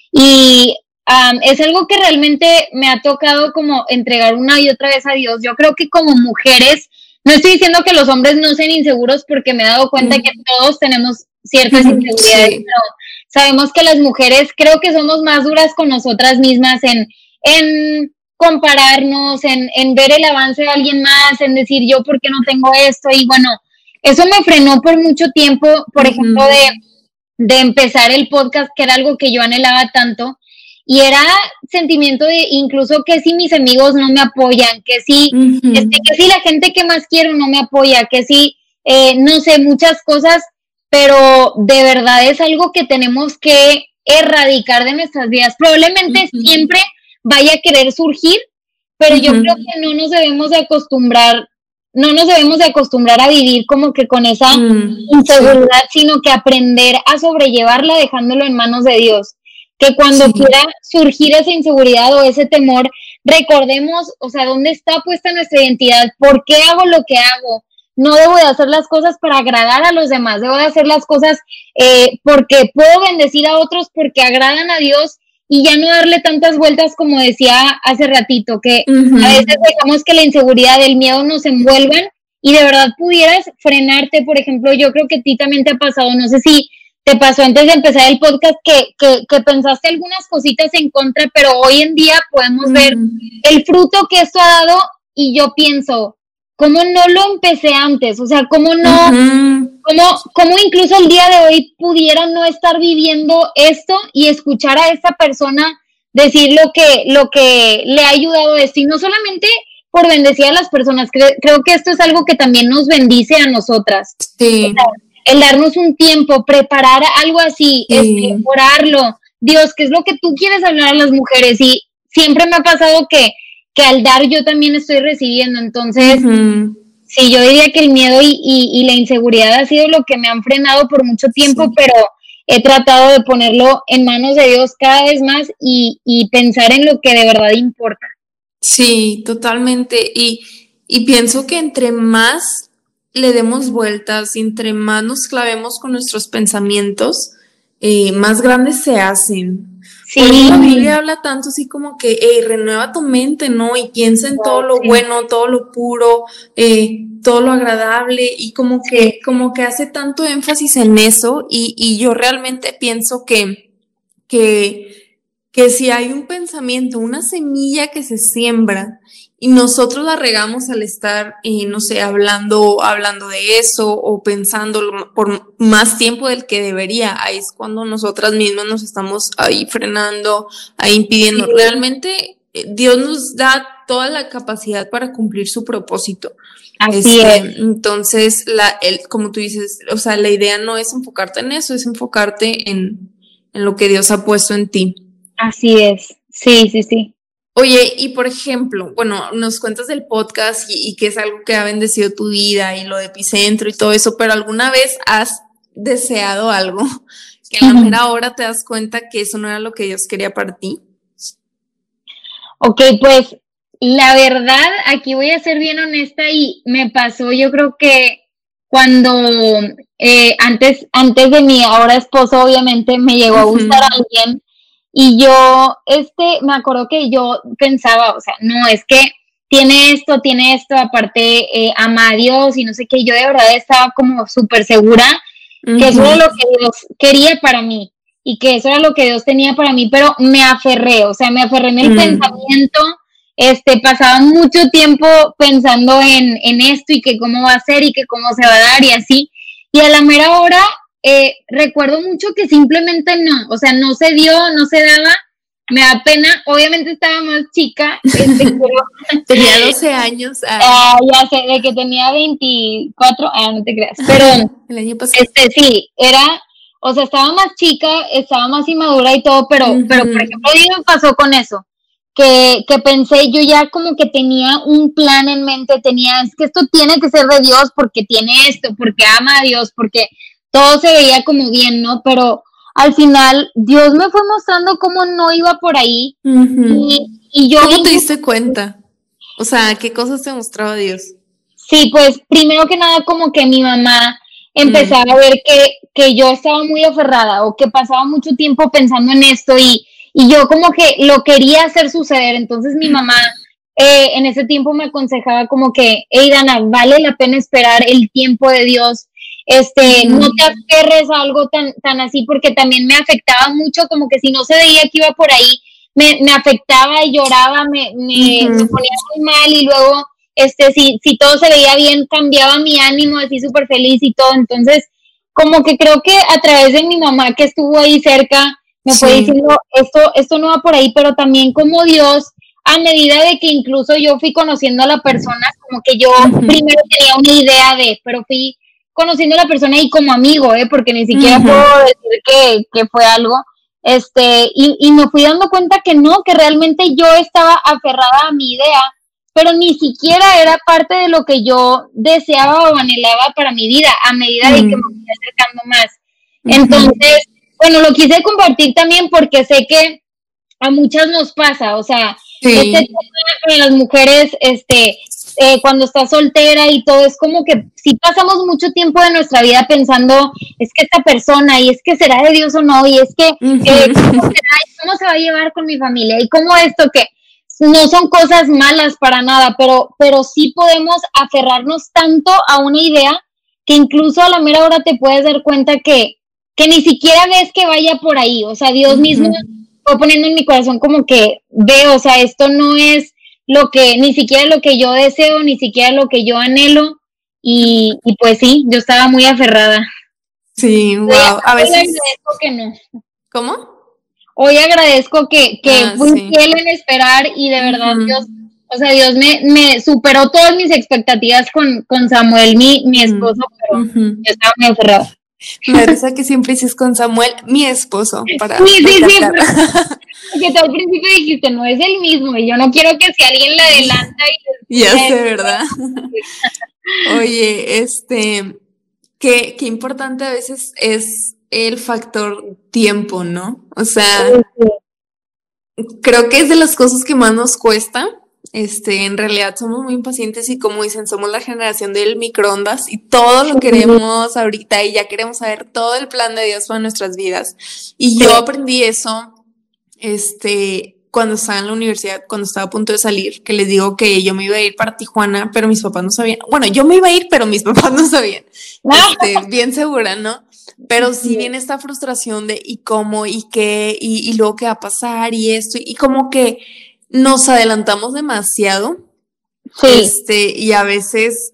Y um, es algo que realmente me ha tocado como entregar una y otra vez a Dios. Yo creo que como mujeres, no estoy diciendo que los hombres no sean inseguros, porque me he dado cuenta mm. que todos tenemos ciertas inseguridades, sí. pero sabemos que las mujeres creo que somos más duras con nosotras mismas en... en compararnos, en, en ver el avance de alguien más, en decir yo por qué no tengo esto, y bueno, eso me frenó por mucho tiempo, por uh-huh. ejemplo, de, de empezar el podcast, que era algo que yo anhelaba tanto, y era sentimiento de incluso que si mis amigos no me apoyan, que si, uh-huh. este, que si la gente que más quiero no me apoya, que si, eh, no sé, muchas cosas, pero de verdad es algo que tenemos que erradicar de nuestras vidas, probablemente uh-huh. siempre vaya a querer surgir, pero uh-huh. yo creo que no nos debemos de acostumbrar, no nos debemos de acostumbrar a vivir como que con esa uh-huh. inseguridad, sí. sino que aprender a sobrellevarla dejándolo en manos de Dios. que cuando Sí. quiera surgir esa inseguridad o ese temor, recordemos, o sea, dónde está puesta nuestra identidad, por qué hago lo que hago. No debo de hacer las cosas para agradar a los demás, debo de hacer las cosas eh, porque puedo bendecir a otros, porque agradan a Dios, y ya no darle tantas vueltas como decía hace ratito, que Uh-huh. a veces dejamos que la inseguridad, el miedo nos envuelvan y de verdad pudieras frenarte. Por ejemplo, yo creo que a ti también te ha pasado, no sé si te pasó antes de empezar el podcast que, que, que pensaste algunas cositas en contra, pero hoy en día podemos uh-huh. ver el fruto que esto ha dado y yo pienso, ¿cómo no lo empecé antes? O sea, ¿cómo no, uh-huh. cómo, cómo incluso el día de hoy pudiera no estar viviendo esto y escuchar a esta persona decir lo que, lo que le ha ayudado esto? Y no solamente por bendecir a las personas, creo, creo que esto es algo que también nos bendice a nosotras. Sí. O sea, el darnos un tiempo, preparar algo así, sí. este, orarlo. Dios, ¿qué es lo que tú quieres hablar a las mujeres? Y siempre me ha pasado que, que al dar yo también estoy recibiendo. Entonces, uh-huh. sí, yo diría que el miedo y, y, y la inseguridad ha sido lo que me han frenado por mucho tiempo, sí. pero he tratado de ponerlo en manos de Dios cada vez más y, y pensar en lo que de verdad importa. Sí, totalmente. Y, y pienso que entre más le demos vueltas y entre más nos clavemos con nuestros pensamientos, eh, más grandes se hacen. Sí. Por eso la Biblia habla tanto así como que, hey, renueva tu mente, ¿no? Y piensa en todo lo sí. bueno, todo lo puro, eh, todo lo agradable, y como que, sí. como que hace tanto énfasis en eso, y, y yo realmente pienso que, que, que si hay un pensamiento, una semilla que se siembra, y nosotros la regamos al estar, eh, no sé, hablando, hablando de eso o pensando por más tiempo del que debería, ahí es cuando nosotras mismas nos estamos ahí frenando, ahí impidiendo. Sí. Realmente Dios nos da toda la capacidad para cumplir su propósito. Así este, es. Entonces, la, el, como tú dices, o sea, la idea no es enfocarte en eso, es enfocarte en, en lo que Dios ha puesto en ti. Así es, sí, sí, sí. Oye, y por ejemplo, bueno, nos cuentas del podcast y, y que es algo que ha bendecido tu vida y lo de Epicentro y todo eso, pero ¿alguna vez has deseado algo que a la mera hora te das cuenta que eso no era lo que Dios quería para ti? Ok, pues la verdad, aquí voy a ser bien honesta y me pasó, yo creo que cuando eh, antes, antes de mi ahora esposo, obviamente, me llegó a gustar uh-huh. alguien. Y yo, este, me acuerdo que yo pensaba, o sea, no, es que tiene esto, tiene esto, aparte eh, ama a Dios y no sé qué, yo de verdad estaba como súper segura uh-huh. que eso era lo que Dios quería para mí y que eso era lo que Dios tenía para mí, pero me aferré, o sea, me aferré en el uh-huh. pensamiento, este, pasaba mucho tiempo pensando en, en esto y que cómo va a ser y que cómo se va a dar y así, y a la mera hora, Eh, recuerdo mucho que simplemente no, o sea, no se dio, no se daba, me da pena, obviamente estaba más chica, este, pero, tenía doce años, ah. uh, ya sé, de que tenía veinticuatro, ah, no te creas, pero el año pasado. Este, sí, era, o sea, estaba más chica, estaba más inmadura y todo, pero, uh-huh. pero por ejemplo, a mí me pasó con eso, que, que pensé, yo ya como que tenía un plan en mente, tenía, es que esto tiene que ser de Dios, porque tiene esto, porque ama a Dios, porque todo se veía como bien, ¿no? Pero al final Dios me fue mostrando cómo no iba por ahí. Uh-huh. y, y yo... ¿Cómo te diste cuenta? O sea, ¿qué cosas te mostraba Dios? Sí, pues primero que nada como que mi mamá empezaba uh-huh. a ver que, que yo estaba muy aferrada o que pasaba mucho tiempo pensando en esto y, y yo como que lo quería hacer suceder. Entonces mi mamá eh, en ese tiempo me aconsejaba como que, hey Dana, vale la pena esperar el tiempo de Dios. Este, uh-huh. no te aferres a algo tan, tan así, porque también me afectaba mucho, como que si no se veía que iba por ahí, me, me afectaba y lloraba, me, me, uh-huh. me ponía muy mal, y luego, este, si, si todo se veía bien, cambiaba mi ánimo, así súper feliz y todo. Entonces, como que creo que a través de mi mamá que estuvo ahí cerca, me sí. fue diciendo, esto, esto no va por ahí, pero también como Dios, a medida de que incluso yo fui conociendo a la persona, como que yo uh-huh. primero tenía una idea de, pero fui conociendo a la persona y como amigo, ¿eh? Porque ni siquiera uh-huh. puedo decir que, que fue algo, este, y, y me fui dando cuenta que no, que realmente yo estaba aferrada a mi idea, pero ni siquiera era parte de lo que yo deseaba o anhelaba para mi vida, a medida uh-huh. de que me fui acercando más. Uh-huh. Entonces, bueno, lo quise compartir también porque sé que a muchas nos pasa, o sea, sí. Este tema con las mujeres, este, eh, cuando estás soltera y todo, es como que si pasamos mucho tiempo de nuestra vida pensando, es que esta persona, y es que será de Dios o no, y es que, uh-huh. eh, ¿cómo será? ¿Cómo se va a llevar con mi familia? Y cómo esto que no son cosas malas para nada, pero, pero sí podemos aferrarnos tanto a una idea que incluso a la mera hora te puedes dar cuenta que, que ni siquiera ves que vaya por ahí, o sea, Dios uh-huh. mismo fue poniendo en mi corazón como que veo, o sea, esto no es lo que, ni siquiera lo que yo deseo, ni siquiera lo que yo anhelo, y, y pues sí, yo estaba muy aferrada. Sí, wow, hoy, a veces... Hoy agradezco que no. ¿Cómo? Hoy agradezco que, que ah, fui sí. fiel en esperar, y de verdad uh-huh. Dios, o sea, Dios me, me superó todas mis expectativas con, con Samuel, mi, mi esposo, pero uh-huh. yo estaba muy aferrada. Me parece que siempre dices con Samuel, mi esposo, para sí, sí, sí, porque tú al principio dijiste, no es el mismo, y yo no quiero que si alguien le adelanta y... Ya sé, ¿verdad? Oye, este, qué, qué importante a veces es el factor tiempo, ¿no? O sea, sí. creo que es de las cosas que más nos cuesta. Este, en realidad somos muy impacientes y como dicen, somos la generación del microondas y todo lo queremos ahorita y ya queremos saber todo el plan de Dios para nuestras vidas. Y yo aprendí eso, este, cuando estaba en la universidad, cuando estaba a punto de salir, que les digo que yo me iba a ir para Tijuana, pero mis papás no sabían. Bueno, yo me iba a ir, pero mis papás no sabían. Este, bien segura, ¿no? Pero sí viene esta frustración de y cómo y qué y, y luego qué va a pasar y esto y, y como que nos adelantamos demasiado, sí. este, y a veces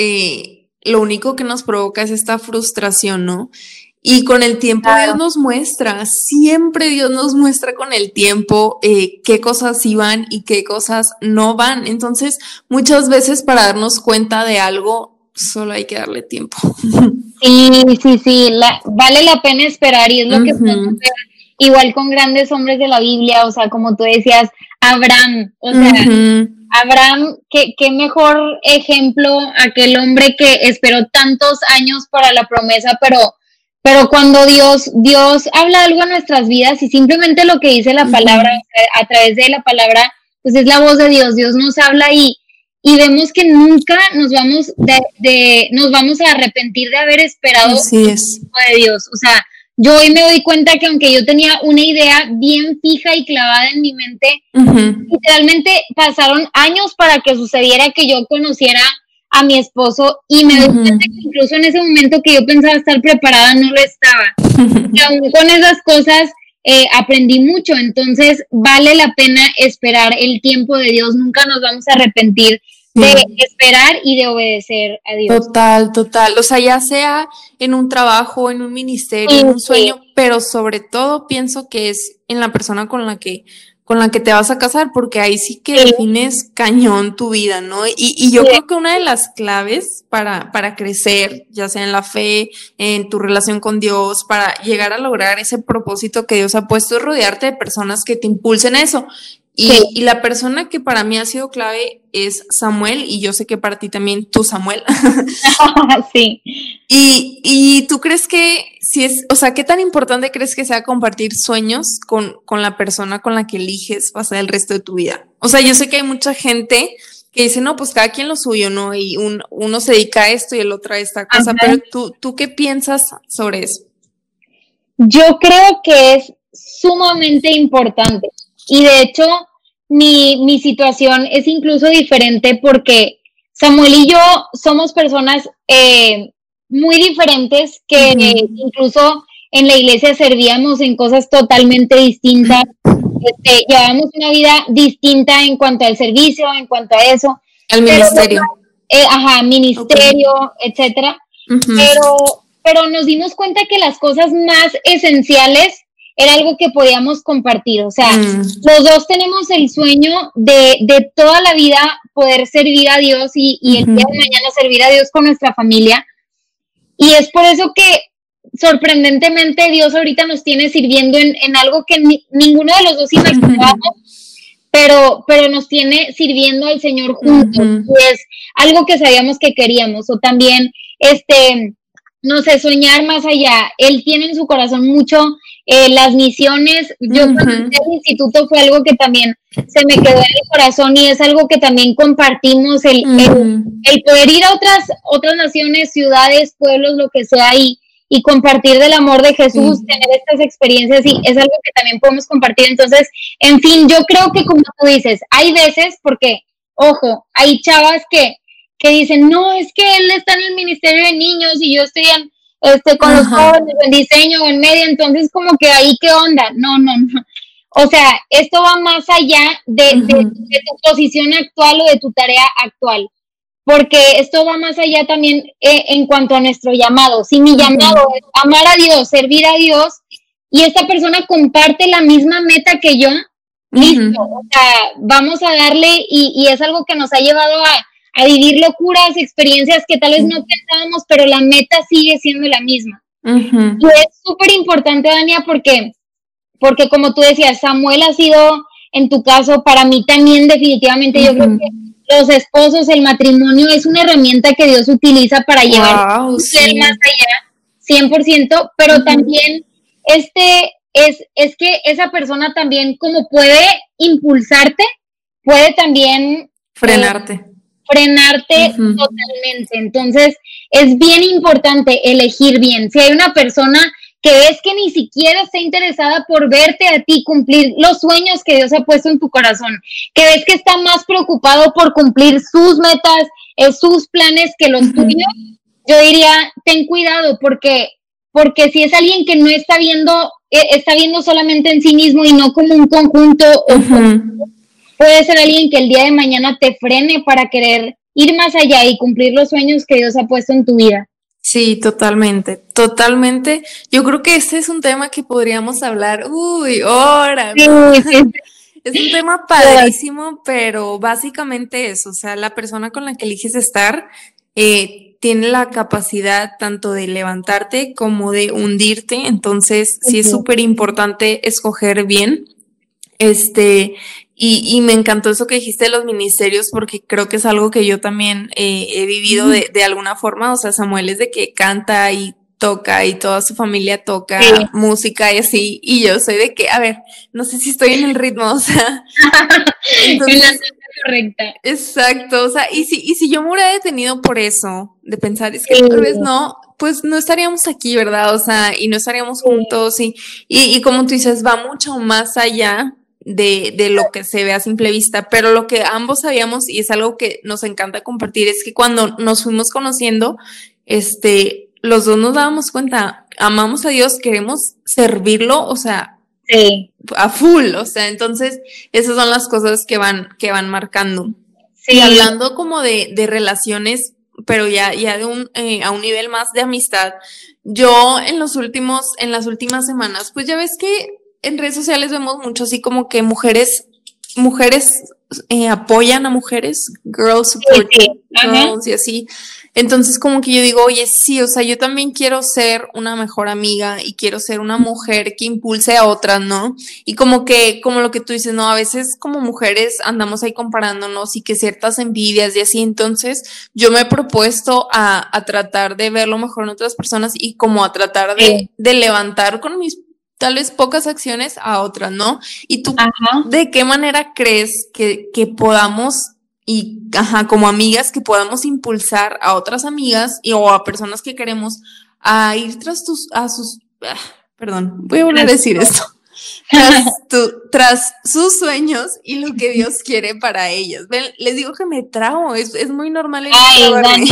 eh, lo único que nos provoca es esta frustración, ¿no? Y con el tiempo claro. Dios nos muestra, siempre Dios nos muestra con el tiempo eh, qué cosas sí van y qué cosas no van. Entonces, muchas veces para darnos cuenta de algo, solo hay que darle tiempo. Sí, sí, sí, la, vale la pena esperar y es lo uh-huh. que podemos ver igual con grandes hombres de la Biblia, o sea, como tú decías, Abraham, o sea, uh-huh. Abraham, qué, qué mejor ejemplo, aquel hombre que esperó tantos años para la promesa, pero, pero cuando Dios, Dios habla algo a nuestras vidas y simplemente lo que dice la uh-huh. palabra, a través de la palabra, pues es la voz de Dios, Dios nos habla y, y vemos que nunca nos vamos de, de, nos vamos a arrepentir de haber esperado Así es. de Dios, o sea, yo hoy me doy cuenta que aunque yo tenía una idea bien fija y clavada en mi mente, uh-huh. literalmente pasaron años para que sucediera que yo conociera a mi esposo y me uh-huh. doy cuenta que incluso en ese momento que yo pensaba estar preparada no lo estaba. Uh-huh. Y aún con esas cosas eh, aprendí mucho, entonces vale la pena esperar el tiempo de Dios, nunca nos vamos a arrepentir de sí. esperar y de obedecer a Dios. Total, total, o sea, ya sea en un trabajo, en un ministerio, sí, en un sueño, sí. pero sobre todo pienso que es en la persona con la que con la que te vas a casar, porque ahí sí que sí. defines cañón tu vida, ¿no? Y, y yo sí. creo que una de las claves para, para crecer, ya sea en la fe, en tu relación con Dios, para llegar a lograr ese propósito que Dios ha puesto, es rodearte de personas que te impulsen a eso. Y, sí. y la persona que para mí ha sido clave es Samuel, y yo sé que para ti también, tú, Samuel. Sí. Y, y tú crees que, si es, o sea, ¿qué tan importante crees que sea compartir sueños con, con la persona con la que eliges pasar el resto de tu vida? O sea, yo sé que hay mucha gente que dice, no, pues cada quien lo suyo, ¿no? Y un, uno se dedica a esto y el otro a esta cosa, Ajá. pero tú, ¿tú qué piensas sobre eso? Yo creo que es sumamente importante. Y de hecho, mi, mi situación es incluso diferente porque Samuel y yo somos personas eh, muy diferentes que uh-huh. eh, incluso en la iglesia servíamos en cosas totalmente distintas. Este, llevamos una vida distinta en cuanto al servicio, en cuanto a eso. Al ministerio. Pero, eh, ajá, ministerio, okay. etcétera. Uh-huh. Pero, pero nos dimos cuenta que las cosas más esenciales era algo que podíamos compartir, o sea, mm. los dos tenemos el sueño de, de toda la vida poder servir a Dios y, y el uh-huh. día de mañana servir a Dios con nuestra familia, y es por eso que sorprendentemente Dios ahorita nos tiene sirviendo en, en algo que ni, ninguno de los dos imaginábamos, uh-huh. pero, pero nos tiene sirviendo al Señor juntos, uh-huh. y es algo que sabíamos que queríamos, o también, este, no sé, soñar más allá. Él tiene en su corazón mucho eh, las misiones. Yo uh-huh. cuando entré al instituto fue algo que también se me quedó en el corazón y es algo que también compartimos, el, uh-huh. el, el poder ir a otras, otras naciones, ciudades, pueblos, lo que sea, y, y compartir del amor de Jesús, uh-huh. tener estas experiencias, y es algo que también podemos compartir. Entonces, en fin, yo creo que como tú dices, hay veces, porque, ojo, hay chavas que, que dicen, no, es que él está en el ministerio de niños y yo estoy en Este, con Ajá. los jóvenes, en diseño, en media, entonces como que ahí qué onda, no, no, no, o sea, esto va más allá de, uh-huh. de, de tu posición actual o de tu tarea actual, porque esto va más allá también eh, en cuanto a nuestro llamado. Si mi uh-huh. llamado es amar a Dios, servir a Dios, y esta persona comparte la misma meta que yo, uh-huh. listo, o sea, vamos a darle, y, y es algo que nos ha llevado a a vivir locuras, experiencias que tal vez no pensábamos, pero la meta sigue siendo la misma. Uh-huh. Y es súper importante, Dania, porque, porque como tú decías, Samuel ha sido, en tu caso, para mí también definitivamente, uh-huh. yo creo que los esposos, el matrimonio es una herramienta que Dios utiliza para llevar wow, un sí. ser más allá, cien por ciento, pero uh-huh. también este es, es que esa persona también, como puede impulsarte, puede también frenarte. Eh, frenarte uh-huh. totalmente. Entonces, es bien importante elegir bien. Si hay una persona que ves que ni siquiera está interesada por verte a ti cumplir los sueños que Dios ha puesto en tu corazón, que ves que está más preocupado por cumplir sus metas, eh, sus planes que los uh-huh. tuyos, yo diría, ten cuidado, porque, porque si es alguien que no está viendo, eh, está viendo solamente en sí mismo y no como un conjunto uh-huh. o puede ser alguien que el día de mañana te frene para querer ir más allá y cumplir los sueños que Dios ha puesto en tu vida. Sí, totalmente, totalmente. Yo creo que este es un tema que podríamos hablar, uy, horas. Sí, sí. Es un tema padrísimo, pero básicamente eso, o sea, la persona con la que eliges estar eh, tiene la capacidad tanto de levantarte como de hundirte, entonces sí es súper importante escoger bien. Este, y, y me encantó eso que dijiste de los ministerios, porque creo que es algo que yo también eh, he vivido de, de alguna forma. O sea, Samuel es de que canta y toca y toda su familia toca sí. música y así, y yo soy de que, a ver, no sé si estoy en el ritmo, o sea. Entonces, en la correcta. Exacto, o sea, y si, y si yo me hubiera detenido por eso, de pensar, es que sí. tal vez no, pues no estaríamos aquí, ¿verdad? O sea, y no estaríamos sí. juntos, y, y, y como tú dices, va mucho más allá de, de lo que se ve a simple vista, pero lo que ambos sabíamos, y es algo que nos encanta compartir, es que cuando nos fuimos conociendo, este, los dos nos dábamos cuenta, amamos a Dios, queremos servirlo, o sea, sí. a full, o sea, entonces esas son las cosas que van, que van marcando. Sí. Y hablando como de, de relaciones, pero ya, ya de un, eh, a un nivel más de amistad, yo en los últimos, en las últimas semanas, pues ya ves que en redes sociales vemos mucho así como que mujeres, mujeres eh, apoyan a mujeres, girls support sí, sí. girls y así. Entonces como que yo digo, oye, sí, o sea, yo también quiero ser una mejor amiga y quiero ser una mujer que impulse a otras, ¿no? Y como que, como lo que tú dices, ¿no? A veces como mujeres andamos ahí comparándonos y que ciertas envidias y así, entonces yo me he propuesto a, a tratar de ver lo mejor en otras personas y como a tratar de, sí. de levantar con mis tal vez pocas acciones a otras, ¿no? Y tú, ajá. ¿de qué manera crees que, que podamos, y ajá, como amigas, que podamos impulsar a otras amigas y, o a personas que queremos a ir tras tus, a sus, ah, perdón, voy a volver a decir esto, tras, tu, tras sus sueños y lo que Dios quiere para ellas? Ven, les digo que me trago, es, es muy normal el Ay,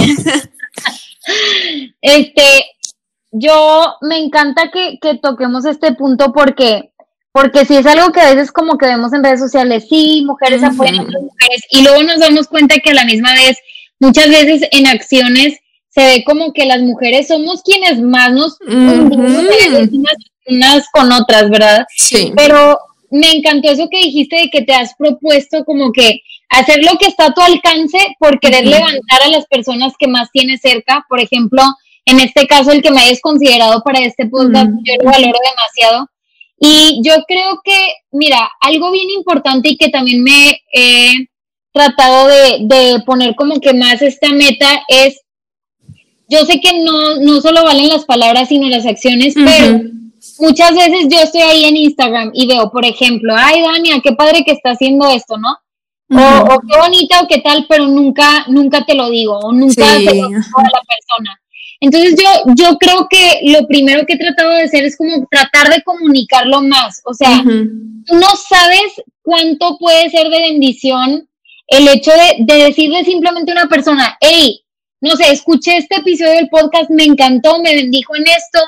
este, yo me encanta que, que toquemos este punto porque, porque sí es algo que a veces como que vemos en redes sociales, sí, mujeres uh-huh. apoyan a otras mujeres, y luego nos damos cuenta que a la misma vez, muchas veces en acciones, se ve como que las mujeres somos quienes más nos hundimos uh-huh. unas, unas con otras, ¿verdad? Sí. Pero me encantó eso que dijiste de que te has propuesto como que hacer lo que está a tu alcance por querer uh-huh. levantar a las personas que más tienes cerca. Por ejemplo, en este caso, el que me hayas considerado para este podcast, uh-huh. yo lo valoro demasiado. Y yo creo que, mira, algo bien importante y que también me he tratado de, de poner como que más esta meta es, yo sé que no, no solo valen las palabras, sino las acciones, uh-huh. pero muchas veces yo estoy ahí en Instagram y veo, por ejemplo, ay, Dania, qué padre que está haciendo esto, ¿no? Uh-huh. O, o qué bonita o qué tal, pero nunca, nunca te lo digo, o nunca sí. se lo digo a la persona. Entonces yo, yo creo que lo primero que he tratado de hacer es como tratar de comunicarlo más. O sea, uh-huh. tú no sabes cuánto puede ser de bendición el hecho de, de decirle simplemente a una persona, hey, no sé, escuché este episodio del podcast, me encantó, me bendijo en esto,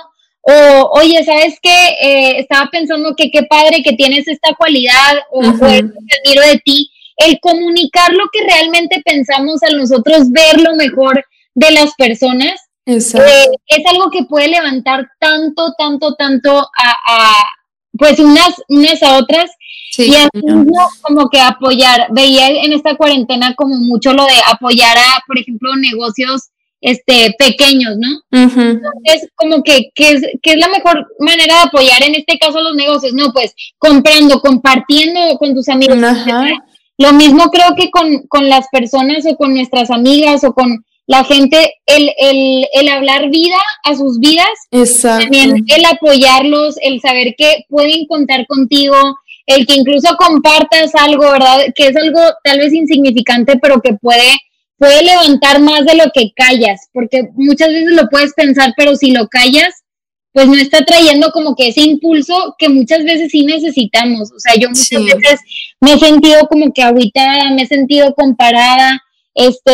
o oye, ¿sabes qué? Eh, estaba pensando que qué padre que tienes esta cualidad, o, uh-huh. o esto que admiro de ti. El comunicar lo que realmente pensamos al nosotros ver lo mejor de las personas, eh, es algo que puede levantar tanto, tanto, tanto a, a pues unas, unas a otras, sí, y así mismo como que apoyar. Veía en esta cuarentena como mucho lo de apoyar a, por ejemplo, negocios este pequeños, ¿no? Uh-huh. Entonces, como que, que es, que es la mejor manera de apoyar en este caso los negocios, ¿no? Pues comprando, compartiendo con tus amigos. Uh-huh. Lo mismo creo que con, con las personas o con nuestras amigas o con la gente, el, el, el hablar vida a sus vidas, exacto. También el apoyarlos, el saber que pueden contar contigo, el que incluso compartas algo, ¿verdad? Que es algo tal vez insignificante, pero que puede, puede levantar más de lo que callas, porque muchas veces lo puedes pensar, pero si lo callas, pues no está trayendo como que ese impulso que muchas veces sí necesitamos. O sea, yo muchas sí. veces me he sentido como que agüitada, me he sentido comparada, este,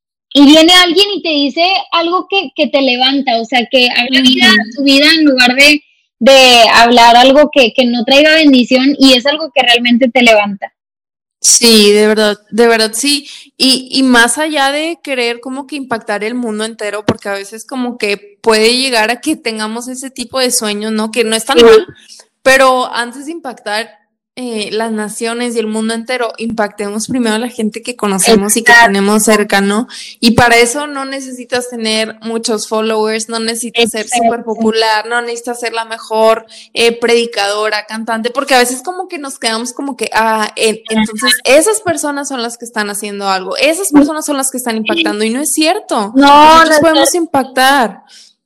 y viene alguien y te dice algo que, que te levanta, o sea, que habla vida a tu vida en lugar de, de hablar algo que, que no traiga bendición, y es algo que realmente te levanta. Sí, de verdad, de verdad sí, y, y más allá de querer como que impactar el mundo entero, porque a veces como que puede llegar a que tengamos ese tipo de sueños, ¿no? Que no es tan sí. mal, pero antes de impactar eh, las naciones y el mundo entero, impactemos primero a la gente que conocemos Exacto. y que tenemos cerca, ¿no? Y para eso no necesitas tener muchos followers, no necesitas Exacto. ser súper popular, no necesitas ser la mejor eh, predicadora, cantante, porque a veces como que nos quedamos como que, ah, eh, entonces esas personas son las que están haciendo algo, esas personas son las que están impactando, y no es cierto. No, nosotros no podemos no. impactar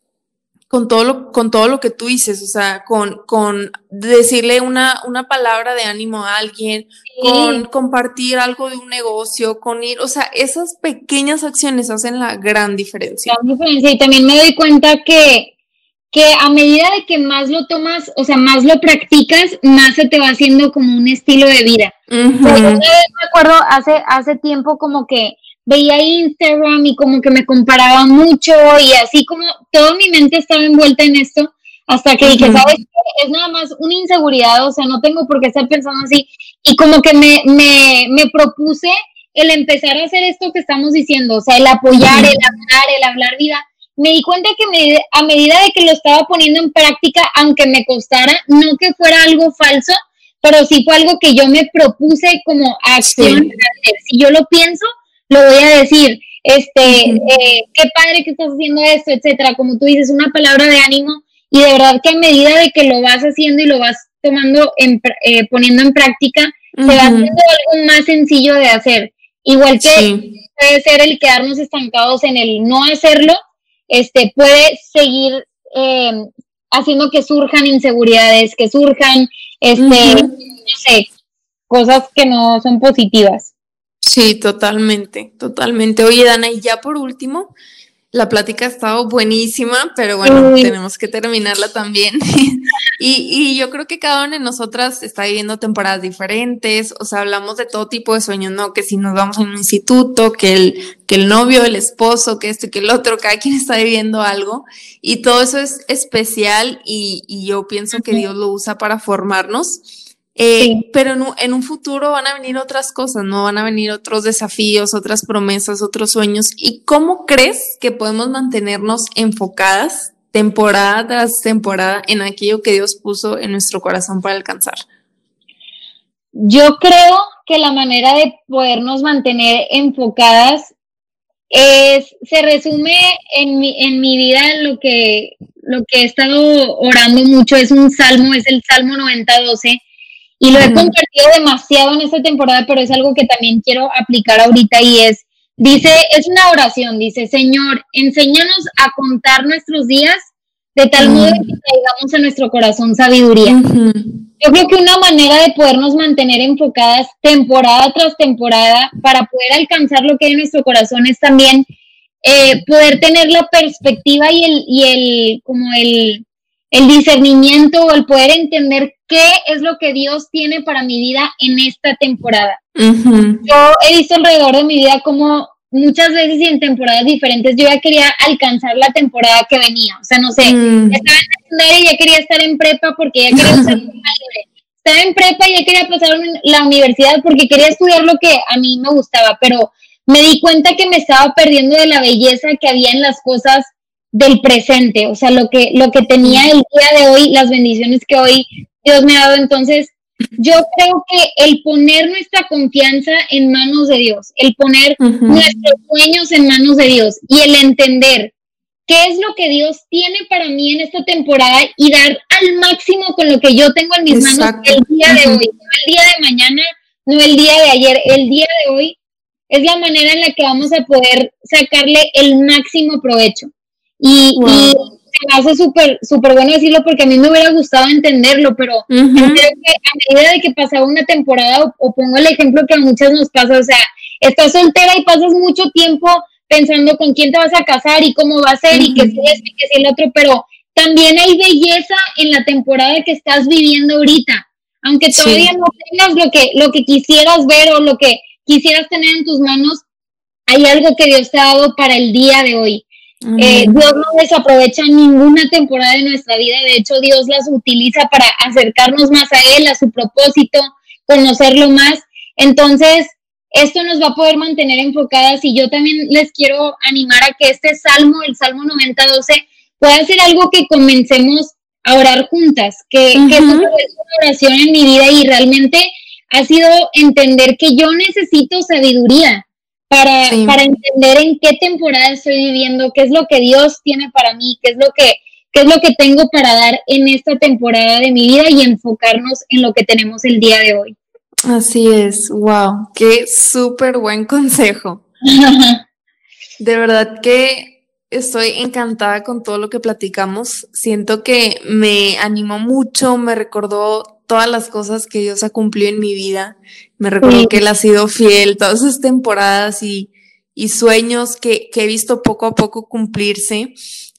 con todo lo, con todo lo que tú dices, o sea, con, con decirle una, una palabra de ánimo a alguien, sí. con compartir algo de un negocio, con ir, o sea, esas pequeñas acciones hacen la gran diferencia. Gran diferencia, y también me doy cuenta que, que a medida de que más lo tomas, o sea, más lo practicas, más se te va haciendo como un estilo de vida. Uh-huh. O sea, yo me acuerdo hace, hace tiempo como que veía Instagram y como que me comparaba mucho, y así como toda mi mente estaba envuelta en esto, hasta que uh-huh. dije, ¿sabes qué? Es nada más una inseguridad, o sea, no tengo por qué estar pensando así, y como que me, me, me propuse el empezar a hacer esto que estamos diciendo, o sea, el apoyar, uh-huh. el hablar, el hablar vida. Me di cuenta que me, a medida de que lo estaba poniendo en práctica, aunque me costara, no que fuera algo falso, pero sí fue algo que yo me propuse como acción. Sí. Si yo lo pienso, lo voy a decir, este, uh-huh. eh, qué padre que estás haciendo esto, etcétera, como tú dices, una palabra de ánimo, y de verdad que a medida de que lo vas haciendo y lo vas tomando, en, eh, poniendo en práctica, uh-huh. se va haciendo algo más sencillo de hacer, igual que sí. puede ser el quedarnos estancados en el no hacerlo, este, puede seguir eh, haciendo que surjan inseguridades, que surjan, este, uh-huh. no sé, cosas que no son positivas. Sí, totalmente, totalmente. Oye, Dana, y ya por último, la plática ha estado buenísima, pero bueno, Uy. tenemos que terminarla también. y, y yo creo que cada una de nosotras está viviendo temporadas diferentes, o sea, hablamos de todo tipo de sueños, ¿no? Que si nos vamos a un instituto, que el, que el novio, el esposo, que esto y que el otro, cada quien está viviendo algo, y todo eso es especial, y, y yo pienso que Dios lo usa para formarnos. Eh, sí. Pero en un, en un futuro van a venir otras cosas, ¿no? Van a venir otros desafíos, otras promesas, otros sueños. ¿Y cómo crees que podemos mantenernos enfocadas temporada tras temporada en aquello que Dios puso en nuestro corazón para alcanzar? Yo creo que la manera de podernos mantener enfocadas es, se resume en mi, en mi vida, lo que, lo que he estado orando mucho es un salmo, es el Salmo noventa doce. Y lo he uh-huh. compartido demasiado en esta temporada, pero es algo que también quiero aplicar ahorita, y es, dice, es una oración, dice, Señor, enséñanos a contar nuestros días de tal modo que traigamos a nuestro corazón sabiduría. Uh-huh. Yo creo que una manera de podernos mantener enfocadas temporada tras temporada para poder alcanzar lo que hay en nuestro corazón es también eh, poder tener la perspectiva y el, y el como el, el discernimiento o el poder entender qué es lo que Dios tiene para mi vida en esta temporada. Uh-huh. Yo he visto alrededor de mi vida como muchas veces y en temporadas diferentes yo ya quería alcanzar la temporada que venía, o sea, no sé, mm. estaba en secundaria y ya quería estar en prepa porque ya quería usar libre, estaba en prepa y ya quería pasar la universidad porque quería estudiar lo que a mí me gustaba, pero me di cuenta que me estaba perdiendo de la belleza que había en las cosas del presente, o sea, lo que, lo que tenía el día de hoy, las bendiciones que hoy Dios me ha dado. Entonces yo creo que el poner nuestra confianza en manos de Dios, el poner uh-huh. nuestros sueños en manos de Dios y el entender qué es lo que Dios tiene para mí en esta temporada y dar al máximo con lo que yo tengo en mis Exacto. manos el día de uh-huh. hoy, no el día de mañana, no el día de ayer, el día de hoy es la manera en la que vamos a poder sacarle el máximo provecho. Y, wow. y me hace súper súper bueno decirlo porque a mí me hubiera gustado entenderlo, pero uh-huh. creo que a medida de que pasaba una temporada, o, o pongo el ejemplo que a muchas nos pasa, o sea, estás soltera y pasas mucho tiempo pensando con quién te vas a casar y cómo va a ser uh-huh. y que si esto y que si el otro, pero también hay belleza en la temporada que estás viviendo ahorita, aunque todavía sí. no tengas lo que, lo que quisieras ver o lo que quisieras tener en tus manos, hay algo que Dios te ha dado para el día de hoy. Uh-huh. Eh, Dios no desaprovecha ninguna temporada de nuestra vida, de hecho Dios las utiliza para acercarnos más a Él, a su propósito, conocerlo más. Entonces esto nos va a poder mantener enfocadas y yo también les quiero animar a que este salmo, el Salmo noventa doce, pueda ser algo que comencemos a orar juntas, que, uh-huh. que esto es una oración en mi vida y realmente ha sido entender que yo necesito sabiduría Para, sí. para entender en qué temporada estoy viviendo, qué es lo que Dios tiene para mí, qué es lo que, qué es lo que tengo para dar en esta temporada de mi vida y enfocarnos en lo que tenemos el día de hoy. Así es, wow, qué súper buen consejo. De verdad que estoy encantada con todo lo que platicamos. Siento que me animó mucho, me recordó todas las cosas que Dios ha cumplido en mi vida. Me recuerdo sí. que Él ha sido fiel, todas esas temporadas y, y sueños que, que he visto poco a poco cumplirse.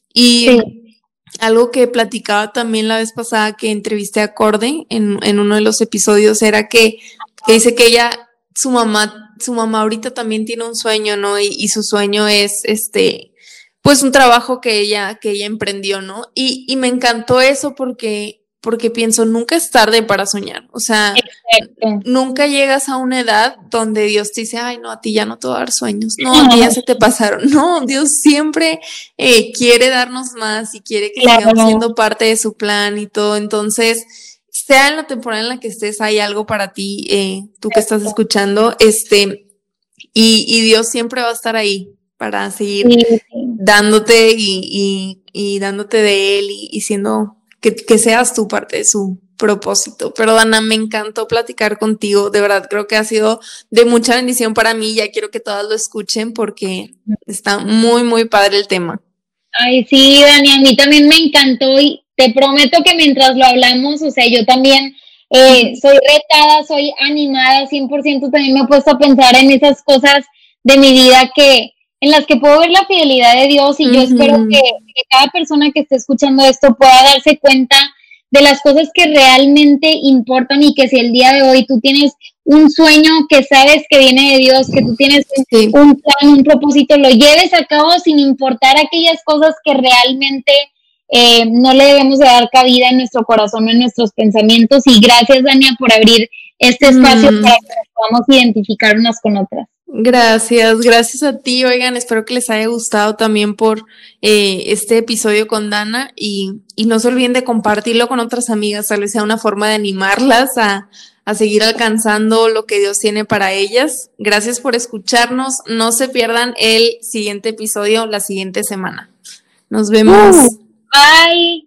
Y sí. algo que platicaba también la vez pasada que entrevisté a Corde en, en uno de los episodios era que, que dice que ella, su mamá, su mamá ahorita también tiene un sueño, ¿no? Y, y su sueño es este, pues un trabajo que ella, que ella emprendió, ¿no? Y, y me encantó eso porque porque pienso, nunca es tarde para soñar, o sea, Exacto. nunca llegas a una edad donde Dios te dice, ay, no, a ti ya no te voy a dar sueños, no, a ti ya se te pasaron, no, Dios siempre eh, quiere darnos más y quiere que claro. sigamos siendo parte de su plan y todo, entonces, sea en la temporada en la que estés, hay algo para ti, eh, tú que estás escuchando, este, y, y Dios siempre va a estar ahí para seguir sí, sí. dándote y, y, y dándote de Él y, y siendo... Que, que seas tú parte de su propósito. Pero Dana, me encantó platicar contigo, de verdad creo que ha sido de mucha bendición para mí, ya quiero que todas lo escuchen porque está muy muy padre el tema. Ay sí, Dani, a mí también me encantó y te prometo que mientras lo hablamos, o sea, yo también eh, soy retada, soy animada, cien por ciento también me he puesto a pensar en esas cosas de mi vida que en las que puedo ver la fidelidad de Dios y uh-huh. yo espero que, que cada persona que esté escuchando esto pueda darse cuenta de las cosas que realmente importan y que si el día de hoy tú tienes un sueño que sabes que viene de Dios, que tú tienes sí. un plan, un propósito, lo lleves a cabo sin importar aquellas cosas que realmente eh, no le debemos de dar cabida en nuestro corazón, en nuestros pensamientos. Y gracias, Dania, por abrir este espacio mm. para que nos podamos identificar unas con otras. Gracias, gracias a ti, oigan, espero que les haya gustado también por eh, este episodio con Dana y, y no se olviden de compartirlo con otras amigas, tal vez sea una forma de animarlas a, a seguir alcanzando lo que Dios tiene para ellas. Gracias por escucharnos, no se pierdan el siguiente episodio la siguiente semana. Nos vemos. Uh, bye.